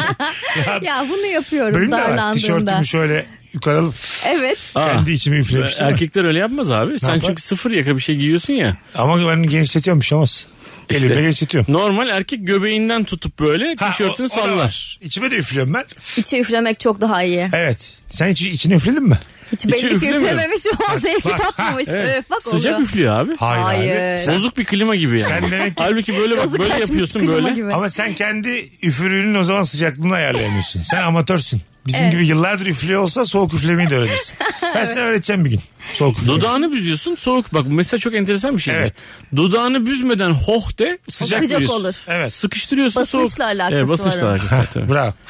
Ya bunu yapıyorum Benim de var. darlandığımda. Tişörtümü şöyle yukarı alıp Evet. Aa, kendi içimi üflemiştim. erkekler öyle yapmaz abi. Sen yapar? çünkü sıfır yaka bir şey giyiyorsun ya. Ama ben genişletiyorum bir şey olmaz. İşte. Elimle genişletiyorum. Normal erkek göbeğinden tutup böyle Ha, tişörtünü o- o da sallar. var. İçime de üflüyorum ben. İçe üflemek çok daha iyi. Evet. Sen hiç içine üfledin mi? Hiç İçi belli ki üflemiyorum. üflememiş o zevki bak, tatmamış. Evet. Öf, bak Sıcak oluyor. üflüyor abi. Hayır, Hayır. abi. Sen- Bozuk bir klima gibi yani. Sen demek ki- Halbuki böyle bak Gazı böyle kaçmış yapıyorsun klima böyle. gibi. Ama sen kendi üfürüğünün o zaman sıcaklığını ayarlayamıyorsun. Sen amatörsün. Bizim Evet. gibi yıllardır üflüyor olsa soğuk üflemeyi de öğrenirsin. Ben sana öğreteceğim bir gün. Soğuk üflemeyi. Dudağını büzüyorsun soğuk. Bak mesela çok enteresan bir şey. Evet. Dudağını büzmeden hoh de sıcak, Sıcak veriyorsun. olur. Evet. Sıkıştırıyorsun Basınçla soğuk. alakası Evet, basınçla var. alakası var. tabii. Bravo.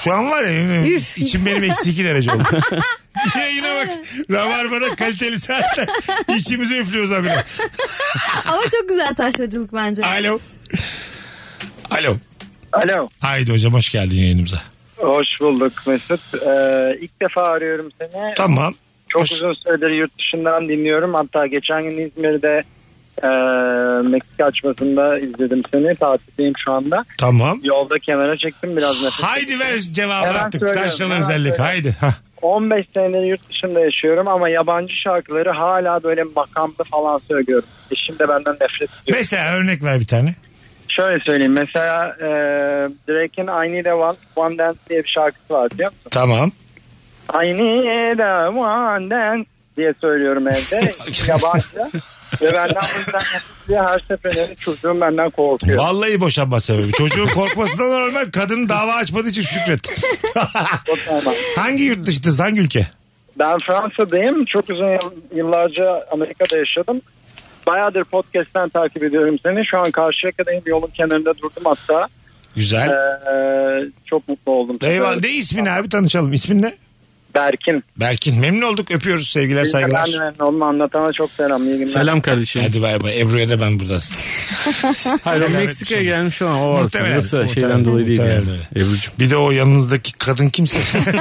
Şu an var ya Üf. içim benim eksi iki derece oldu. Yayına bak. Rabarba'da kaliteli saatler. İçimize üflüyoruz abi. Ama çok güzel taşracılık bence. Alo. Alo. Alo. Haydi hocam hoş geldin yayınımıza. Hoş bulduk Mesut. Ee, ilk defa arıyorum seni. Tamam. Çok hoş... uzun süredir yurt dışından dinliyorum. Hatta geçen gün İzmir'de e, Meksika açmasında izledim seni. Tatildeyim şu anda. Tamam. Yolda kenara çektim biraz nefes. Haydi ver cevabı Hemen artık. söylüyorum, Taşralı hemen özellik. söylüyorum. Haydi. Hah. on beş senedir yurt dışında yaşıyorum ama yabancı şarkıları hala böyle makamlı falan söylüyorum. Eşim de benden nefret ediyor. Mesela örnek ver bir tane. Şöyle söyleyeyim. Mesela e, Drake'in I Need a One, One Dance diye bir şarkısı var biliyor musun? Tamam. I need a one dance diye söylüyorum evde. Yabancı. Ve benden bu yüzden nefret ediyor. Her seferinde çocuğum benden korkuyor. Vallahi boşanma sebebi. Çocuğun korkması da normal. Kadın dava açmadığı için şükret. Hangi yurt dışındasın? Hangi ülke? Ben Fransa'dayım. Çok uzun yıllarca Amerika'da yaşadım. Bayağıdır podcast'ten takip ediyorum seni. Şu an Karşıyaka'dayım. Yolun kenarında durdum hatta. Güzel. Ee, çok mutlu oldum. Eyvallah. Ne ismin abi? Tanışalım. İsmin ne? Berkin. Berkin. Memnun olduk. Öpüyoruz. Sevgiler, saygılar. Ben de memnun oldum. Anlatana çok selam. İyi günler. Selam kardeşim. Hadi bay bay. Ebru'ya da ben burada. Hayır o Meksika'ya gelmiş şu an. O Muhtemelen, Yoksa muhtemelen, şeyden dolayı değil muhtemelen yani. Ebru'cum. Bir de o yanınızdaki kadın kimse.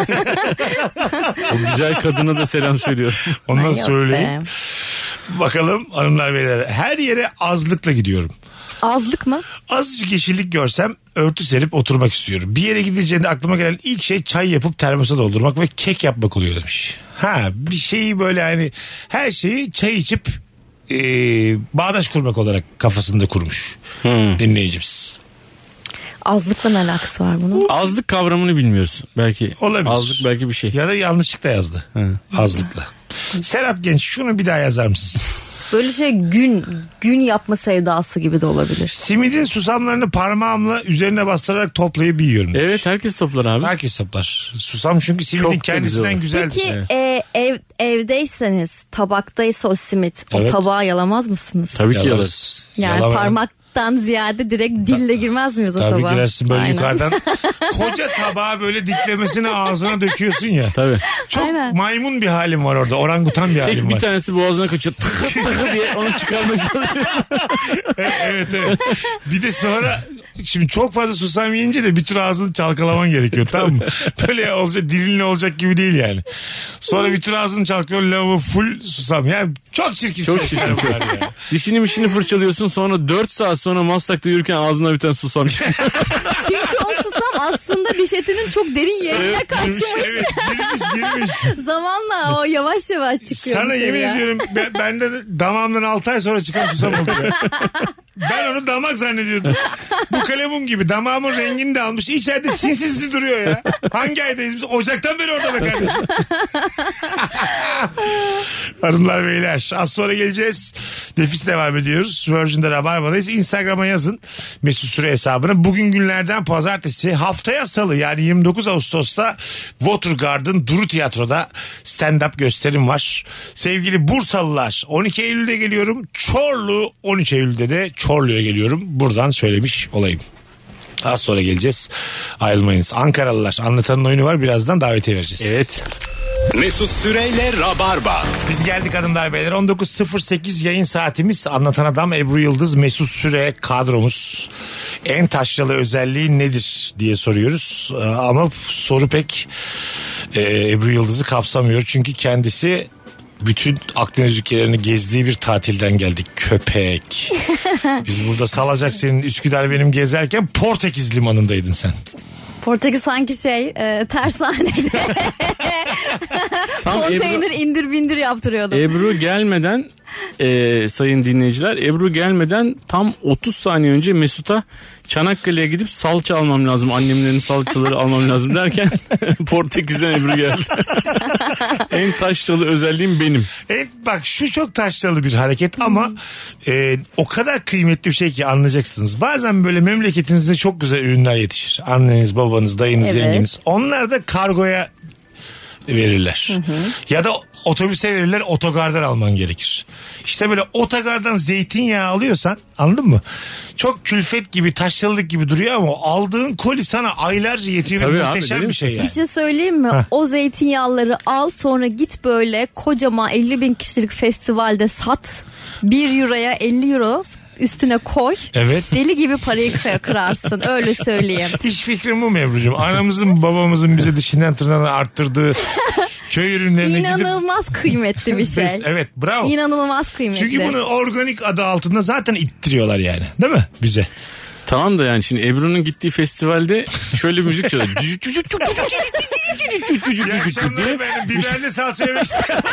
O güzel kadına da selam söylüyor. Ondan Ay yok söyleyin. be. Bakalım hanımlar beyler. Her yere azlıkla gidiyorum. Azlık mı? Azıcık yeşillik görsem örtü serip oturmak istiyorum. Bir yere gideceğinde aklıma gelen ilk şey çay yapıp termosa doldurmak ve kek yapmak oluyor demiş. Ha bir şeyi böyle hani her şeyi çay içip e, bağdaş kurmak olarak kafasında kurmuş Hmm. dinleyicimiz. Azlıkla ne alakası var bunun? Azlık kavramını bilmiyoruz. Belki. Olabilir. Azlık belki bir şey. Ya da yanlışlıkla yazdı. Hı. Azlıkla. Serap Genç şunu bir daha yazar mısın? Böyle şey gün gün yapma sevdası gibi de olabilir. Simidin susamlarını parmağımla üzerine bastırarak toplayıp yiyorum. demiş. Evet herkes toplar abi. Herkes toplar. Susam çünkü simidin Çok da kendisinden güzel. güzeldir. Peki Evet. e, ev evdeyseniz tabaktaysa o simit Evet. o tabağa yalamaz mısınız? Tabii ki yalar. Yalarız. Yani Yalamayan- parmaktan ziyade direkt dille girmez miyiz o Tabii tabağa? girersin böyle Aynen. yukarıdan. Koca tabağı böyle diklemesine ağzına döküyorsun ya. Tabii. Çok Aynen. maymun bir halim var orada. Orangutan bir halim Tek bir var. tanesi boğazına kaçıyor. Tıkı tıkı diye onu çıkarmaya çalışıyor. Evet evet. Bir de sonra şimdi çok fazla susam yiyince de bir tür ağzını çalkalaman gerekiyor tamam mı? Böyle olacak dilinle olacak gibi değil yani. Sonra bir tür ağzını çalkalıyor lavabo full susam. Yani çok çirkin. Çok süreçler çirkin. bunlar ya. Dişini mişini fırçalıyorsun sonra dört saat sonra Maslak'ta yürürken ağzına bir tane susam çıkıyor. Çünkü o susam aslında diş etinin çok derin yerine kaçmış. Evet girmiş girmiş. Zamanla o yavaş yavaş çıkıyor Sana dışarıya. yemin ediyorum ben, benden damağımdan altı ay sonra çıkan susam oldu ya. Ben onu damak zannediyordum. Bu kalemun gibi damağımın rengini de almış. İçeride sinsizli duruyor ya. Hangi aydayız biz? Ocaktan beri orada be kardeşim. Hanımlar beyler az sonra geleceğiz. Nefis devam ediyoruz. Virgin'de Rabarba'dayız. Instagram'a yazın Mesut Süre hesabına. Bugün günlerden pazartesi haftaya salı yani yirmi dokuz Ağustos'ta Watergarden Duru Tiyatro'da stand-up gösterim var. Sevgili Bursalılar on iki Eylül'de geliyorum. Çorlu on üç Eylül'de de Çorlu'ya geliyorum. Buradan söylemiş olayım. Az sonra geleceğiz. Ayrılmayınız. Ankaralılar anlatanın oyunu var. Birazdan davetiye vereceğiz. Evet. Mesut Süreyle Rabarba. Biz geldik hanımlar beyler. on dokuz sıfır sekiz yayın saatimiz. Anlatan Adam Ebru Yıldız, Mesut Süre kadromuz. En taşralı özelliği nedir diye soruyoruz. Ee, Ama soru pek e, Ebru Yıldız'ı kapsamıyor. Çünkü kendisi bütün Akdeniz ülkelerini gezdiği bir tatilden geldik. Köpek. Biz burada salacak senin Üsküdar benim gezerken Portekiz limanındaydın sen. Portekiz sanki şey e, tersanede. Tam Konteyner indir bindir yaptırıyordum. Ebru gelmeden e, sayın dinleyiciler Ebru gelmeden tam otuz saniye önce Mesut'a Çanakkale'ye gidip salça almam lazım. Annemlerin salçaları almam lazım derken Portekiz'den Ebru geldi. En taşralı özelliğim benim. Evet bak şu çok taşralı bir hareket ama e, o kadar kıymetli bir şey ki anlayacaksınız. Bazen böyle memleketinizde çok güzel ürünler yetişir. Anneniz, babanız, dayınız, Evet. yengeniz. Onlar da kargoya verirler. Hı hı. Ya da otobüse verirler, otogardan alman gerekir. İşte böyle otogardan zeytinyağı alıyorsan, anladın mı? Çok külfet gibi, taşralık gibi duruyor ama aldığın koli sana aylarca yetiyor. Tabii ve abi, muhteşem değil bir şey mi? yani. Bir şey söyleyeyim mi? Heh. O zeytinyağları al, sonra git böyle kocaman elli bin kişilik festivalde sat. bir euroya elli euro üstüne koy. Evet. Deli gibi parayı kır- kırarsın, öyle söyleyeyim. İş fikrim bu Ebru'cum. Anamızın babamızın bize dişinden tırnağına arttırdığı köy ürünlerine gidip... İnanılmaz kıymetli bir şey. Evet, bravo. İnanılmaz kıymetli. Çünkü bunu organik adı altında zaten ittiriyorlar yani. Değil mi bize? Tamam da yani şimdi Ebru'nun gittiği festivalde şöyle bir müzik çalıyor. İyi akşamlar benim biberli salça yemek istiyorum.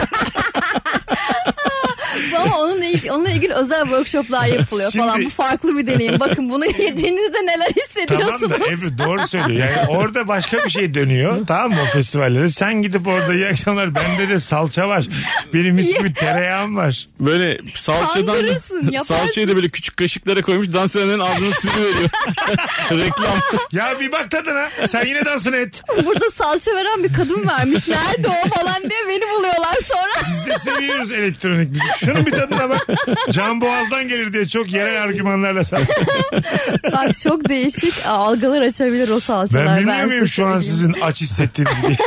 Ama onunla ilgili, onunla ilgili özel workshoplar yapılıyor Şimdi- falan. Bu farklı bir deneyim. Bakın bunu yediğinizde neler hissediyorsunuz. Tamam da Ebru doğru söylüyor. Yani orada başka bir şey dönüyor. Tamam mı o festivallerde? Sen gidip orada iyi akşamlar bende de salça var. Benim mis gibi tereyağım var. Böyle salçadan Kandırırsın, yaparsın. salçayı da böyle küçük kaşıklara koymuş, dans edenlerin ağzına sürüveriyor. Reklam. Ya bir bak tadına. Sen yine dansını et. Burada salça veren bir kadın vermiş. Nerede o falan diye beni buluyorlar sonra. Biz de seviyoruz elektronik müzik. Şunun bir tadına bak. Can boğazdan gelir diye çok yerel argümanlarla sen. Bak çok değişik algılar açabilir o salçalar. Ben bilmiyor size muyum şu an söyleyeyim. sizin aç hissettiğiniz diye.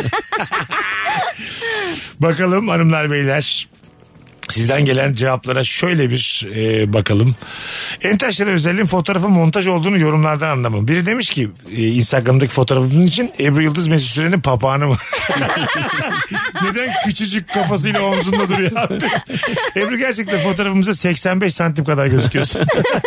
Bakalım hanımlar beyler. Sizden gelen cevaplara şöyle bir e, bakalım. En taşları özelliğin fotoğrafın montaj olduğunu yorumlardan anlamam. Biri demiş ki e, Instagram'daki fotoğrafımız için Ebru Yıldız Mesut Süren'in papağanı mı? Neden küçücük kafasıyla omzunda duruyor abi? Ebru gerçekten fotoğrafımızda seksen beş santim kadar gözüküyorsun.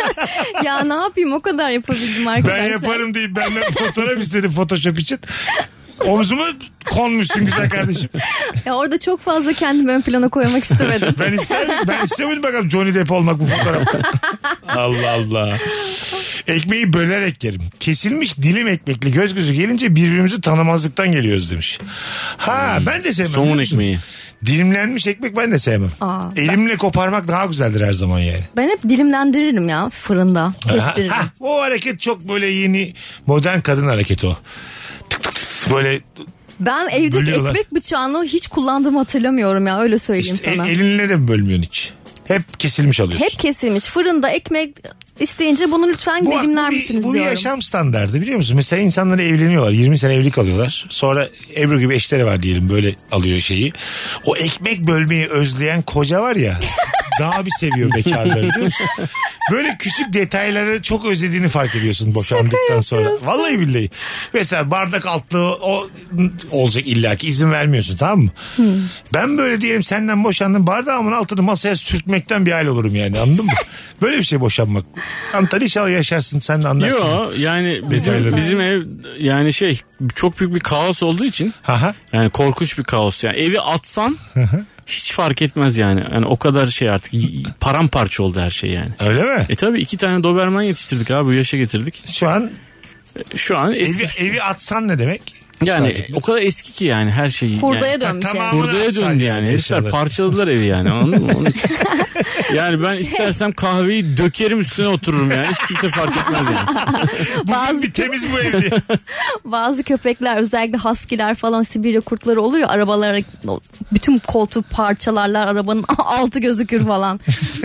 Ya ne yapayım, o kadar yapabildim arkadaşlar. Ben yaparım deyip benden fotoğraf istedim Photoshop için. Omzuma konmuşsun güzel kardeşim. Ya orada çok fazla kendimi ön plana koymak istemedim. Ben isterim. Ben istiyor muydum bakalım Johnny Depp olmak bu fotoğrafta? Allah Allah. Ekmeği bölerek yerim. Kesilmiş dilim ekmekli göz gözü gelince birbirimizi tanımazlıktan geliyoruz demiş. Ha hmm. ben de sevmem. Somun ekmeği. Dilimlenmiş ekmek ben de sevmem. Aa, Elimle ben... koparmak daha güzeldir her zaman yani. Ben hep dilimlendiririm ya fırında. Kestiririm. Ha, ha, o hareket çok böyle yeni modern kadın hareketi o. Tık tık tık böyle... Ben evdeki bölüyorlar. Ekmek bıçağını hiç kullandığımı hatırlamıyorum ya, öyle söyleyeyim işte sana. El, elinle de mi bölmüyorsun hiç? Hep kesilmiş alıyorsun. Hep kesilmiş. Fırında ekmek isteyince bunu lütfen bu, dilimler bu misiniz bu diyorum. Bu bir yaşam standardı biliyor musun? Mesela insanlar evleniyorlar. yirmi sene evlilik alıyorlar. Sonra Ebru gibi eşleri var diyelim, böyle alıyor şeyi. O ekmek bölmeyi özleyen koca var ya. Daha bir seviyor bekarları biliyor musun? Böyle küçük detayları çok özlediğini fark ediyorsun boşandıktan sonra. Vallahi billahi. Mesela bardak altlığı o olacak illaki, izin vermiyorsun, tamam mı? Hmm. Ben böyle diyelim senden boşandım, bardağımın altını masaya sürtmekten bir hal olurum yani, anladın mı? Böyle bir şey boşanmak. Antalya inşallah yaşarsın, sen de anlarsın. Yok yani bizim, bizim ev yani şey çok büyük bir kaos olduğu için. Aha. Yani korkunç bir kaos yani, evi atsan hiç fark etmez yani. Yani o kadar şey artık paramparça oldu her şey yani. Öyle mi? E tabii iki tane Doberman yetiştirdik abi, bu yaşa getirdik. Şu an şu an eski evi, evi atsan ne demek? Yani o kadar eski ki yani her şeyi. Hurdaya yani. dönmüş yani. Hurdaya döndü yani. Herifler parçaladılar evi yani, anladın mı? Onun için. Yani ben istersem kahveyi dökerim üstüne otururum yani. Hiç kimse fark etmez yani. Bugün bir temiz bu ev diye. Bazı köpekler, özellikle husky'ler falan, Sibirya kurtları olur ya, arabalara bütün koltuğu parçalarlar, arabanın altı gözükür falan.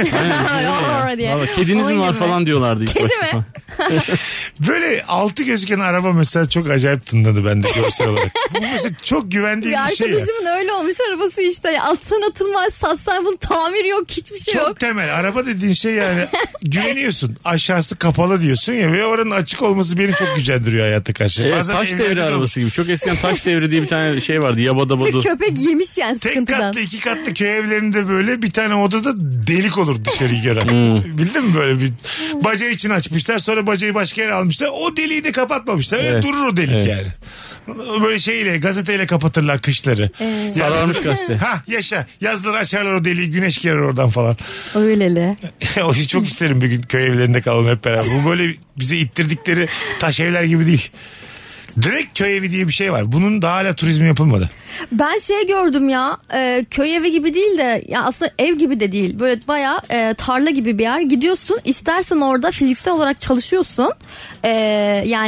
Aynen, diye. Vallahi, kediniz mi var falan diyorlardı ilk Kedi başta. mi? Böyle altı gözüken araba mesela çok acayip tınladı bende görsel olarak. Bu mesela çok güvendiğim bir, bir şey ya. Arkadaşımın öyle olmuş arabası işte. Ya, atsan atılmaz, satsan bunun tamir yok, hiçbir şey çok yok. Çok temel. Araba dediğin şey yani güveniyorsun. Aşağısı kapalı diyorsun ya, ve oranın açık olması beni çok gücendiriyor hayata karşı. Evet, taş devri arabası gibi. Çok eskiden taş devri diye bir tane şey vardı. Yabada bodu. Köpek yemiş yani sıkıntıdan. Tek katlı iki katlı köy evlerinde böyle bir tane odada delik olur dışarıyı gören. Hmm. Bildin mi böyle bir bacağı için açmışlar, sonra bacağı başka yere almışlar. O deliği de kapatmamışlar. Öyle evet. Durur o delik evet. Yani. Böyle şeyle, gazeteyle kapatırlar kışları. Evet. Sararmış gazete. Ha yaşa. Yazları açarlar o deliği, güneş girer oradan falan. Öyleli. O şeyi çok isterim bir gün köy evlerinde kalalım hep beraber. Bu böyle bize ittirdikleri taş evler gibi değil. Direkt köy evi diye bir şey var. Bunun da hala turizmi yapılmadı. Ben şey gördüm ya, e, köy evi gibi değil de ya aslında ev gibi de değil. Böyle bayağı e, tarla gibi bir yer. Gidiyorsun, istersen orada fiziksel olarak çalışıyorsun. E, yani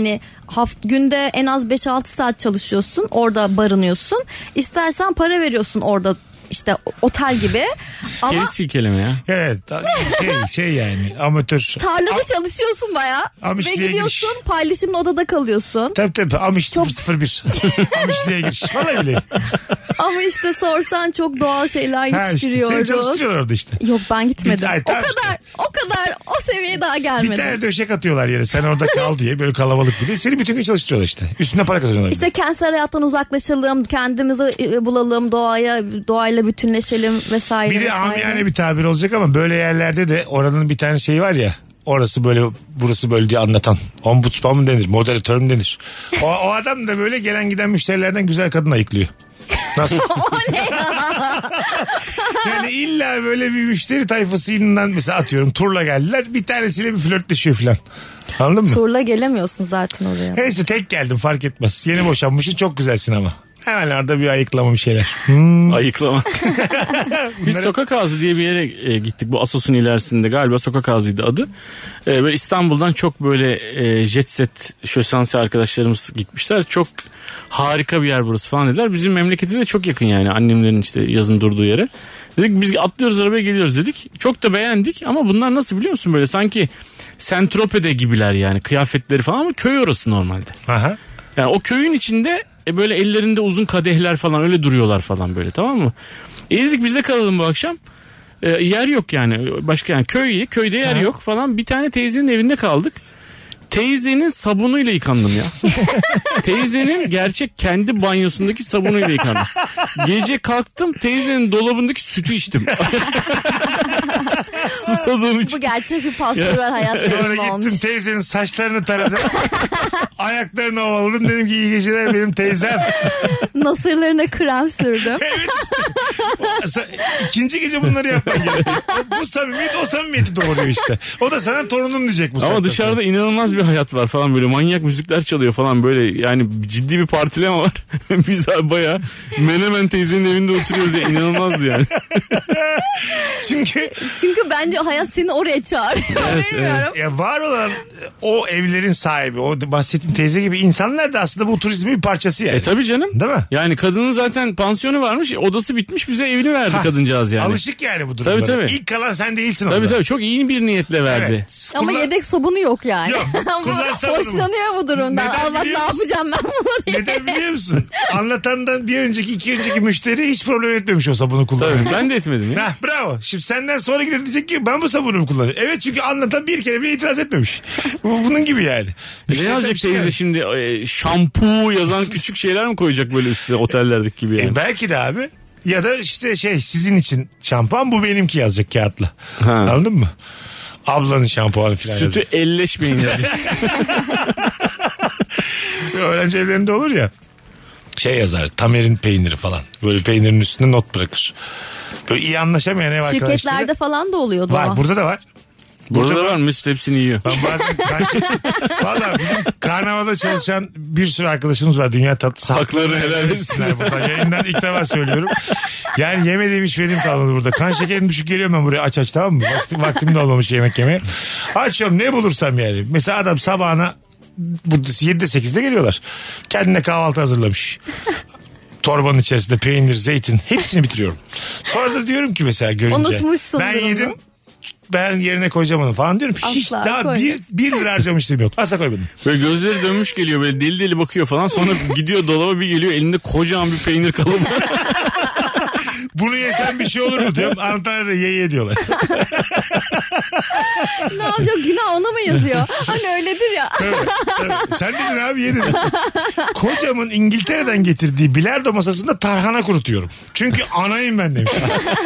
haft günde en az beş altı saat çalışıyorsun. Orada barınıyorsun. İstersen para veriyorsun orada. İşte otel gibi. Ama Keri silkeleme ya. Evet. Şey, şey yani amatör. tarlada çalışıyorsun bayağı. Ve Amişliğe gidiyorsun giriş. paylaşımlı odada kalıyorsun. Tabii tabii. Amiş Çok- sıfır sıfır bir. Amişliğe giriş. Vallahi bile. Ama işte sorsan çok doğal şeyler Ha işte, yetiştiriyoruz. seni çalıştırıyorlar orada işte. Yok ben gitmedim. Bir- ay, o tamam kadar o kadar o seviyeye daha Bir gelmedim. tane döşek atıyorlar yere. Sen orada kal diye böyle kalabalık bir de. Seni bütün gün çalıştırıyorlar işte. Üstüne para kazanıyorlar. İşte kentsel hayattan uzaklaşalım, kendimizi e, bulalım, doğaya doğayla bütünleşelim vesaire. Bir de vesaire. amiyane bir tabir olacak ama böyle yerlerde de oranın bir tane şeyi var ya. Orası böyle burası böyle diye anlatan. Ombudsman mı denir? Moderatör mü denir? O, o adam da böyle gelen giden müşterilerden güzel kadın ayıklıyor. Nasıl? O ne ya? Yani illa böyle bir müşteri tayfasından mesela atıyorum turla geldiler. Bir tanesiyle bir flörtleşiyor falan. Anladın mı? Turla gelemiyorsun zaten oraya. Neyse tek geldim fark etmez. Yeni boşanmışsın çok güzelsin ama. Hemen orada bir ayıklama bir şeyler. Hmm. Ayıklama. Biz Sokak Ağzı diye bir yere e, gittik. Bu Assos'un ilerisinde galiba Sokak Ağzı'ydı adı. E, böyle İstanbul'dan çok böyle e, jet set şösansi arkadaşlarımız gitmişler. Çok harika bir yer burası falan dediler. Bizim memlekete de çok yakın yani annemlerin işte yazın durduğu yere. Dedik biz atlıyoruz arabaya geliyoruz dedik. Çok da beğendik ama bunlar nasıl biliyor musun böyle sanki Saint-Tropez'de gibiler yani kıyafetleri falan ama köy orası normalde. Aha. Yani o köyün içinde e, böyle ellerinde uzun kadehler falan öyle duruyorlar falan böyle tamam mı? E dedik biz de kalalım bu akşam. E, yer yok yani başka yani köy köyde yer Ha. yok falan. Bir tane teyzenin evinde kaldık. Teyzenin sabunuyla yıkandım ya. Teyzenin gerçek kendi banyosundaki sabunuyla yıkandım. Gece kalktım teyzenin dolabındaki sütü içtim. Susadığım için. Bu gerçek bir pastoral hayat Sonra deneyimi gittim olmuş. teyzenin saçlarını taradım. Ayaklarını ovaladım. Dedim ki iyi geceler benim teyzem. Nasırlarına krem sürdüm. Evet işte. O- İkinci gece bunları yapman gerekiyor. O- Bu samimiyet o samimiyeti doğuruyor işte. O da sana torunum diyecek bu Ama saatten dışarıda sonra. inanılmaz bir hayat var falan böyle manyak müzikler çalıyor falan böyle yani ciddi bir partileme var. Biz baya Menemen teyzenin evinde oturuyoruz ya inanılmazdı yani. Çünkü Çünkü bence hayat seni oraya çağırıyor. Evet, Bilmiyorum. ya var olan o evlerin sahibi o bahsettiğin teyze gibi insanlar da aslında bu turizmin bir parçası yani. E tabii canım. Değil mi? Yani kadının zaten pansiyonu varmış odası bitmiş bize evini verdi Ha, kadıncağız yani. Alışık yani bu durumlara. Tabii, tabii. İlk kalan sen değilsin Tabii orada. tabii çok iyi bir niyetle verdi. Evet. Ama Kullan- yedek sabunu yok yani. Yok, kullan sabunu. Hoşlanıyor bu durumdan. Neden Al bak ne biliyor musun? yapacağım ben bunu diye. Neden biliyor musun? Anlatandan bir önceki iki önceki müşteri hiç problem etmemiş o sabunu kullanıyor. Tabii ben de etmedim ya. Hah, bravo. Şimdi senden sonra gider diyecek ki ben bu sabunu mu kullanıyorum? Evet çünkü anlatan bir kere bile itiraz etmemiş. Bu bunun gibi yani. Ne yazacak Bir şey teyze yani. şimdi e, şampu yazan küçük şeyler mi koyacak böyle üstüne otellerdeki gibi yani? E, belki de abi. Ya da işte şey sizin için şampuan bu benimki yazacak kağıtla. Ha. Anladın mı? Ablanın şampuanı falan Sütü yazacak. elleşmeyin yazacak. Öğrenci evlerinde olur ya. Şey yazar Tamer'in peyniri falan. Böyle peynirin üstüne not bırakır. Böyle iyi anlaşamayan ev arkadaşları. Şirketlerde falan da oluyordu o. Var burada da var. Burada da var Mesut hepsini yiyor. Ben bazen karşı... Valla bizim karnavalda çalışan bir sürü arkadaşımız var. Dünya tatlısı. Haklarını helal etsinler. Buradan yayından ilk defa söylüyorum. Yani yemediğim hiç benim kalmadı burada. Kan şekerim düşük geliyor ben buraya aç aç tamam mı? Vaktim, vaktim de olmamış yemek yemeye. Açıyorum ne bulursam yani. Mesela adam sabahına burada yedide sekizde geliyorlar. Kendine kahvaltı hazırlamış. Torbanın içerisinde peynir, zeytin hepsini bitiriyorum. Sonra da diyorum ki mesela görünce. Unutmuşsundur Ben onu. yedim. Ben yerine koyacağım onu falan diyorum. Hiç Asla daha koyma. bir, bir lira harcamıştım yok. Asla koymadım. Böyle gözleri dönmüş geliyor böyle deli deli bakıyor falan. Sonra gidiyor dolaba bir geliyor elinde kocaman bir peynir kalıbı. Bunu yesen bir şey olur mu diyorum. Antalya'da ye ye diyorlar. Ne yapacak günah ona mı yazıyor? Hani öyledir ya. Evet, evet. Sen dedin abi ye dedin. Kocamın İngiltere'den getirdiği bilardo masasında tarhana kurutuyorum. Çünkü anayım ben demiş.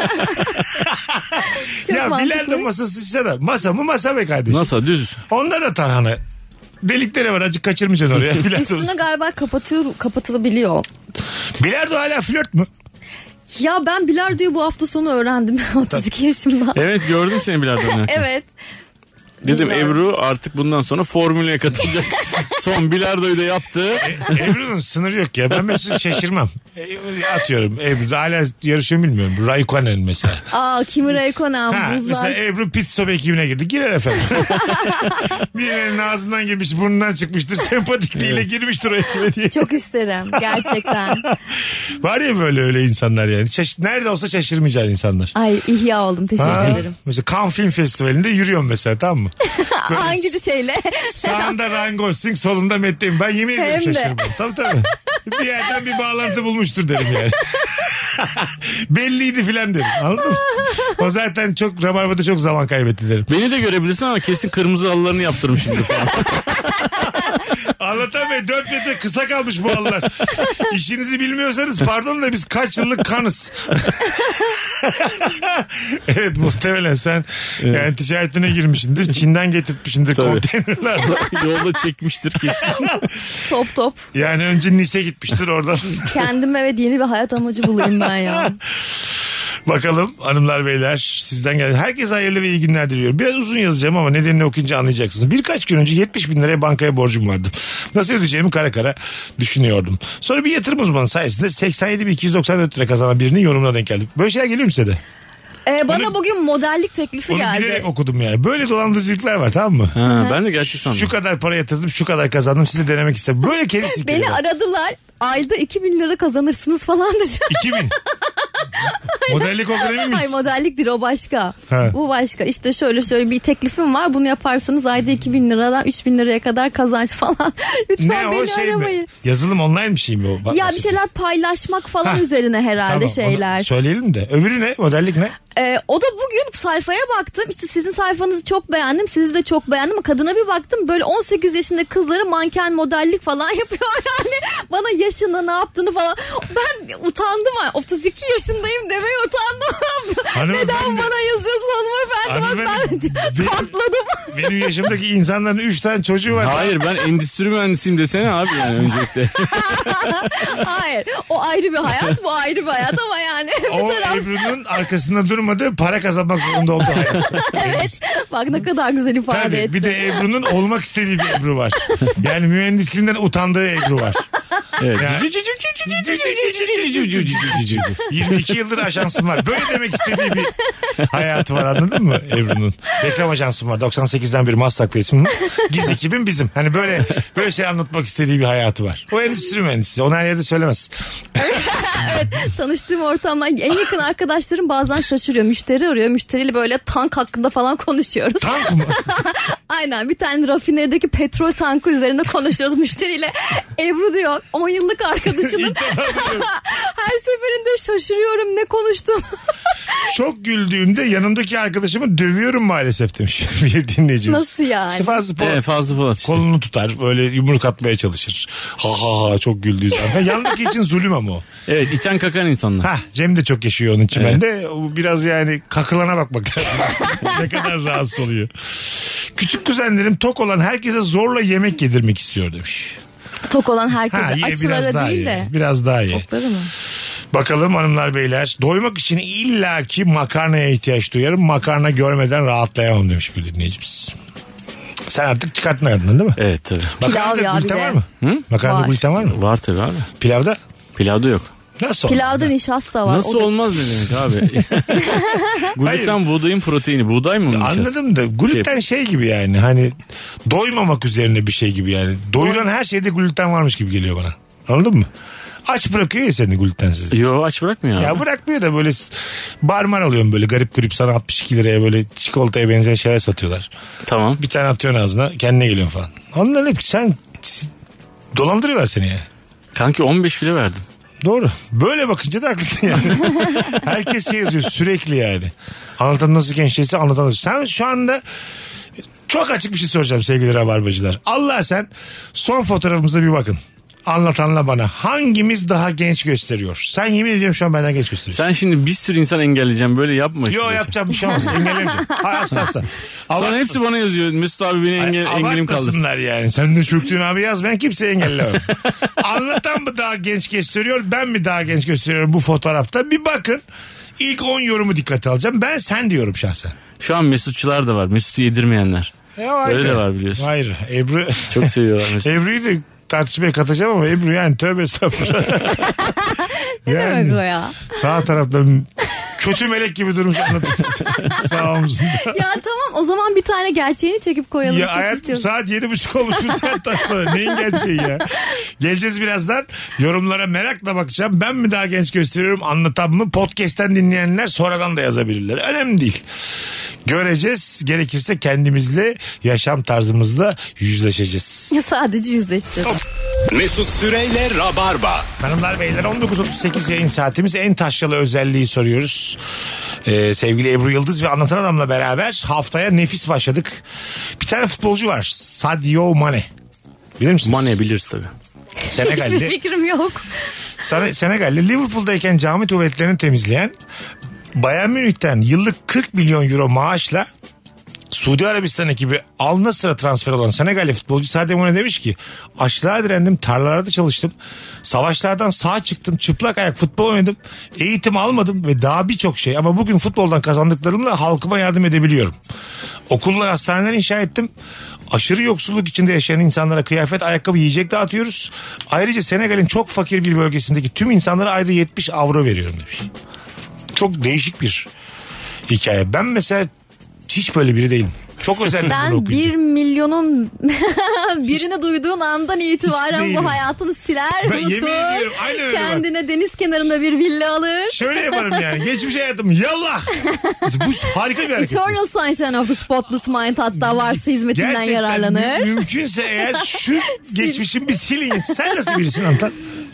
Çok ya mantıklı. bilardo masası ise de masa mı masa be kardeşim. Nasıl düz? Onda da tarhana. Delikleri var acık kaçırmayacaksın oraya. Bilardo, Üstüne galiba kapatıyor, kapatılabiliyor. bilardo hala flört mü? Ya ben bilardoyu bu hafta sonu öğrendim otuz iki yaşımda. Evet gördüm seni bilardo oynarken. Evet. Dedim Ebru artık bundan sonra formüle katılacak. Son bilardoyu da yaptı. E, Ebru'nun sınırı yok ya. Ben mesela şaşırmam. E, atıyorum Ebru hala yarışıyor bilmiyorum. Raikkonen mesela. Aa Kimi Raikkonen Ha, buzlar. mesela Ebru pit stop ekibine girdi. Girer efendim. Birinin ağzından girmiş, burnundan çıkmıştır. Sempatikliğiyle girmiştir o ekibe diye. Çok isterim gerçekten. Var ya böyle öyle insanlar yani. Şaş- Nerede olsa şaşırmayacağın insanlar. Ay ihya oldum, teşekkür Ha, ederim. mesela Cannes Film Festivali'nde yürüyorum mesela, tamam mı? Böyle Hangi şeyle? sağında Ryan Gosling, solunda Matt Damon. Ben yemin ediyorum Hem de. şaşırmam. Tabii tabii. Bir yerden bir bağlantı bulmuştur derim yani. Belliydi filan derim. Anladın mı? O zaten çok Rabarba'da çok zaman kaybetti derim. Beni de görebilirsin ama kesin kırmızı halılarını yaptırmışımdır falan. Anlatan Bey dört metre kısa kalmış bu halılar. İşinizi bilmiyorsanız pardon da biz kaç yıllık kanız. Evet muhtemelen sen evet. Yani ticaretine girmişsindir. Çin'den getirtmişsindir konteynerler. Yolda çekmiştir kesin. Top top. Yani önce Nice gitmiştir oradan. Kendime evet yeni bir hayat amacı bulayım ben ya. Bakalım hanımlar beyler sizden geldi. Herkese hayırlı ve iyi günler diliyorum. Biraz uzun yazacağım ama nedenini okuyunca anlayacaksınız. Birkaç gün önce yetmiş bin liraya bankaya borcum vardı. Nasıl ödeyeceğimi kara kara düşünüyordum. Sonra bir yatırım uzmanı sayesinde seksen yedi bin iki yüz doksan dört lira kazanan birinin yorumuna denk geldim. Böyle şeyler geliyor mu size de? Ee, bana Onu, bugün modellik teklifi onu geldi. Onu bilerek okudum yani. Böyle dolandırıcılıklar var, tamam mı? Ha, ben de gerçek sandım. Şu kadar para yatırdım, şu kadar kazandım, size denemek istedim. Böyle kendisi. Beni aradılar. Ayda iki bin lira kazanırsınız falan dedi. iki bin Modellik o emin miyiz? Hayır modellik değil, o başka. Ha. Bu başka. İşte şöyle şöyle bir teklifim var. Bunu yaparsanız ayda iki bin liradan üç bin liraya kadar kazanç falan. Lütfen ne, beni o şey aramayın. Mi? Yazılım online bir şey mi o? Bak, ya bir şeyler paylaşmak falan ha. üzerine herhalde Tamam, şeyler. söyleyelim de. Öbürü ne? Modellik ne? Ee, o da bugün sayfaya baktım. İşte sizin sayfanızı çok beğendim. Sizi de çok beğendim. Ama kadına bir baktım. Böyle on sekiz yaşında kızları manken modellik falan yapıyor. Yani bana yaşını ne yaptığını falan. Ben utandım. otuz iki yaşındayım demeye utandım. Neden bana yazıyorsun hanımefendi? Bak ben patladım. Benim yaşımdaki insanların üç tane çocuğu var. Hayır ben endüstri mühendisiyim desene abi yani öncelikle. Hayır o ayrı bir hayat, bu ayrı bir hayat ama yani. O taraf... Ebru'nun arkasında durmadığı, para kazanmak zorunda olduğu hayat. Evet bak ne kadar güzel ifade Tabii, etti. bir de Ebru'nun olmak istediği bir Ebru var. Yani mühendisliğinden utandığı Ebru var. Evet. Yani... yirmi iki yıldır ajansım var. Böyle demek istediği bir hayatı var, anladın mı Ebru'nun? Reklam ajansım var. doksan sekizden beri Maslak'tayız. Giz ekibim bizim. Hani böyle böyle şey anlatmak istediği bir hayatı var. O endüstri mühendisi. Onu her yerde söylemez. Evet, tanıştığım ortamdan en yakın arkadaşlarım bazen şaşırıyor. Müşteri arıyor. Müşteriyle böyle tank hakkında falan konuşuyoruz. Tank mı? Aynen, bir tane rafinerideki petrol tankı üzerinde konuşuyoruz müşteriyle. Ebru diyor on yıllık arkadaşının. Her seferinde şaşırıyorum ne konuştuğunu. Çok güldüğümde yanımdaki arkadaşımı dövüyorum maalesef demiş bir dinleyicimiz. Nasıl yani? İşte Fazlı Polat. Evet, Fazlı Polat işte. Kolunu tutar böyle yumruk atmaya çalışır. Ha ha ha çok güldüğü zaman. Yanındaki için zulüm ama o. Evet, iten kakan insanlar. Ha, Cem de çok yaşıyor onun için. Evet. Ben de biraz yani kakılana bakmak lazım. Ne kadar rahatsız oluyor. Küçük kuzenlerim tok olan herkese zorla yemek yedirmek istiyor demiş. Tok olan herkese, ha, açılara değil iyi. de. Biraz daha iyi. Tokları mı? Bakalım hanımlar beyler. Doymak için illaki makarnaya ihtiyaç duyarım. Makarna görmeden rahatlayamam demiş bir dinleyicimiz. Sen artık çıkarttın hayatından değil mi? Evet tabii. Makarnada gluten var mı? Hı? Makarnada gluten var mı? Var tabii abi. Pilavda? Pilavda yok. Nasıl Pilavda nişasta var. Nasıl olmaz ne demek abi? Gluten buğdayın proteini. Buğday mı? Anladım da gluten şey. şey gibi yani hani doymamak üzerine bir şey gibi yani. Doyuran her şeyde gluten varmış gibi geliyor bana. Anladın mı? Aç bırakıyor ya seni glutensiz. Yo aç bırakmıyor abi. Ya bırakmıyor da böyle barmar alıyorum böyle garip garip sana altmış iki liraya böyle çikolataya benzeyen şeyler satıyorlar. Tamam. Bir tane atıyorsun ağzına kendine geliyorsun falan. Onların hep sen dolandırıyorlar seni ya. Kanki on beş kilo verdim. Doğru. Böyle bakınca da haklısın yani. Herkes şey yazıyor sürekli yani. Anlatan nasıl gençleşse anlatan nasıl. Sen şu anda çok açık bir şey soracağım sevgili rabarbacılar. Allah sen son fotoğrafımıza bir bakın. Anlatanla bana hangimiz daha genç gösteriyor? Sen yemin ediyorum şu an benden genç gösteriyorsun. Sen şimdi bir sürü insan engelleyeceğim. Böyle yapma. Yo yapacağım bir şey olmaz. Engellemeyeceğim. Hayır asla asla. Sonra hepsi bana yazıyor. Mesut abi beni engel, engelim kaldırsın. Abartmasınlar yani. Sen de çöktüğün abi yaz. Ben kimseyi engellemem. Anlatan mı daha genç gösteriyor? Ben mi daha genç gösteriyorum bu fotoğrafta? Bir bakın. İlk on yorumu dikkate alacağım. Ben sen diyorum şahsen. Şu an Mesutçular da var. Mesut'u yedirmeyenler. Ya, Öyle de var biliyorsun. Hayır. Ebru. Çok seviyorlar mesela. Ebru'yu da tartışmaya katacağım ama Ebru yani tövbe estağfurullah. Ne yani, demek o ya? Sağ tarafta kötü melek gibi durmuş anlatıyorsun. Sağ omzunda. Ya tamam o zaman bir tane gerçeğini çekip koyalım. Ya Çok hayatım istiyorsun. saat yedi buçuk olmuş bu saatten sonra. Neyin gerçeği ya? Geleceğiz birazdan. Yorumlara merakla bakacağım. Ben mi daha genç gösteriyorum anlatan mı? Podcast'ten dinleyenler sonradan da yazabilirler. Önemli değil. Göreceğiz. Gerekirse kendimizle, yaşam tarzımızla yüzleşeceğiz. Ya sadece yüzleşeceğiz. Mesut Süreyle Rabarba. Hanımlar beyler on dokuz otuz sekiz yayın saatimiz. En taşralı özelliği soruyoruz. Ee, sevgili Ebru Yıldız ve Anlatan Adam'la beraber haftaya nefis başladık. Bir tane futbolcu var. Sadio Mane. Bilir misiniz? Mane biliriz tabii. Senegalli. Hiçbir fikrim yok. Senegalli. Liverpool'dayken cami tuvaletlerini temizleyen, Bayern Münih'ten yıllık kırk milyon euro maaşla Suudi Arabistan ekibi Al Nassr'a transfer olan Senegalli futbolcu Sadio Mane demiş ki açlığa direndim, tarlalarda çalıştım, savaşlardan sağ çıktım, çıplak ayak futbol oynadım, eğitim almadım ve daha birçok şey ama bugün futboldan kazandıklarımla halkıma yardım edebiliyorum. Okullar, hastaneler inşa ettim. Aşırı yoksulluk içinde yaşayan insanlara kıyafet, ayakkabı, yiyecek dağıtıyoruz. Ayrıca Senegal'in çok fakir bir bölgesindeki tüm insanlara ayda yetmiş avro veriyorum demiş. Çok değişik bir hikaye. Ben mesela hiç böyle biri değilim. Çok özendim bunu Sen okuyunca. bir milyonun birini duyduğun andan itibaren değilim. bu hayatını siler, Ben yemin unutur. ediyorum, aynen öyle bak. Kendine deniz kenarında bir villa alır. Şöyle yaparım yani. Geçmiş hayatım yallah. Bu harika bir hareket. Eternal Sunshine of the Spotless Mind hatta varsa hizmetinden Gerçekten yararlanır. mü- mümkünse eğer şu geçmişin bir silin. Sen nasıl birisin Antan?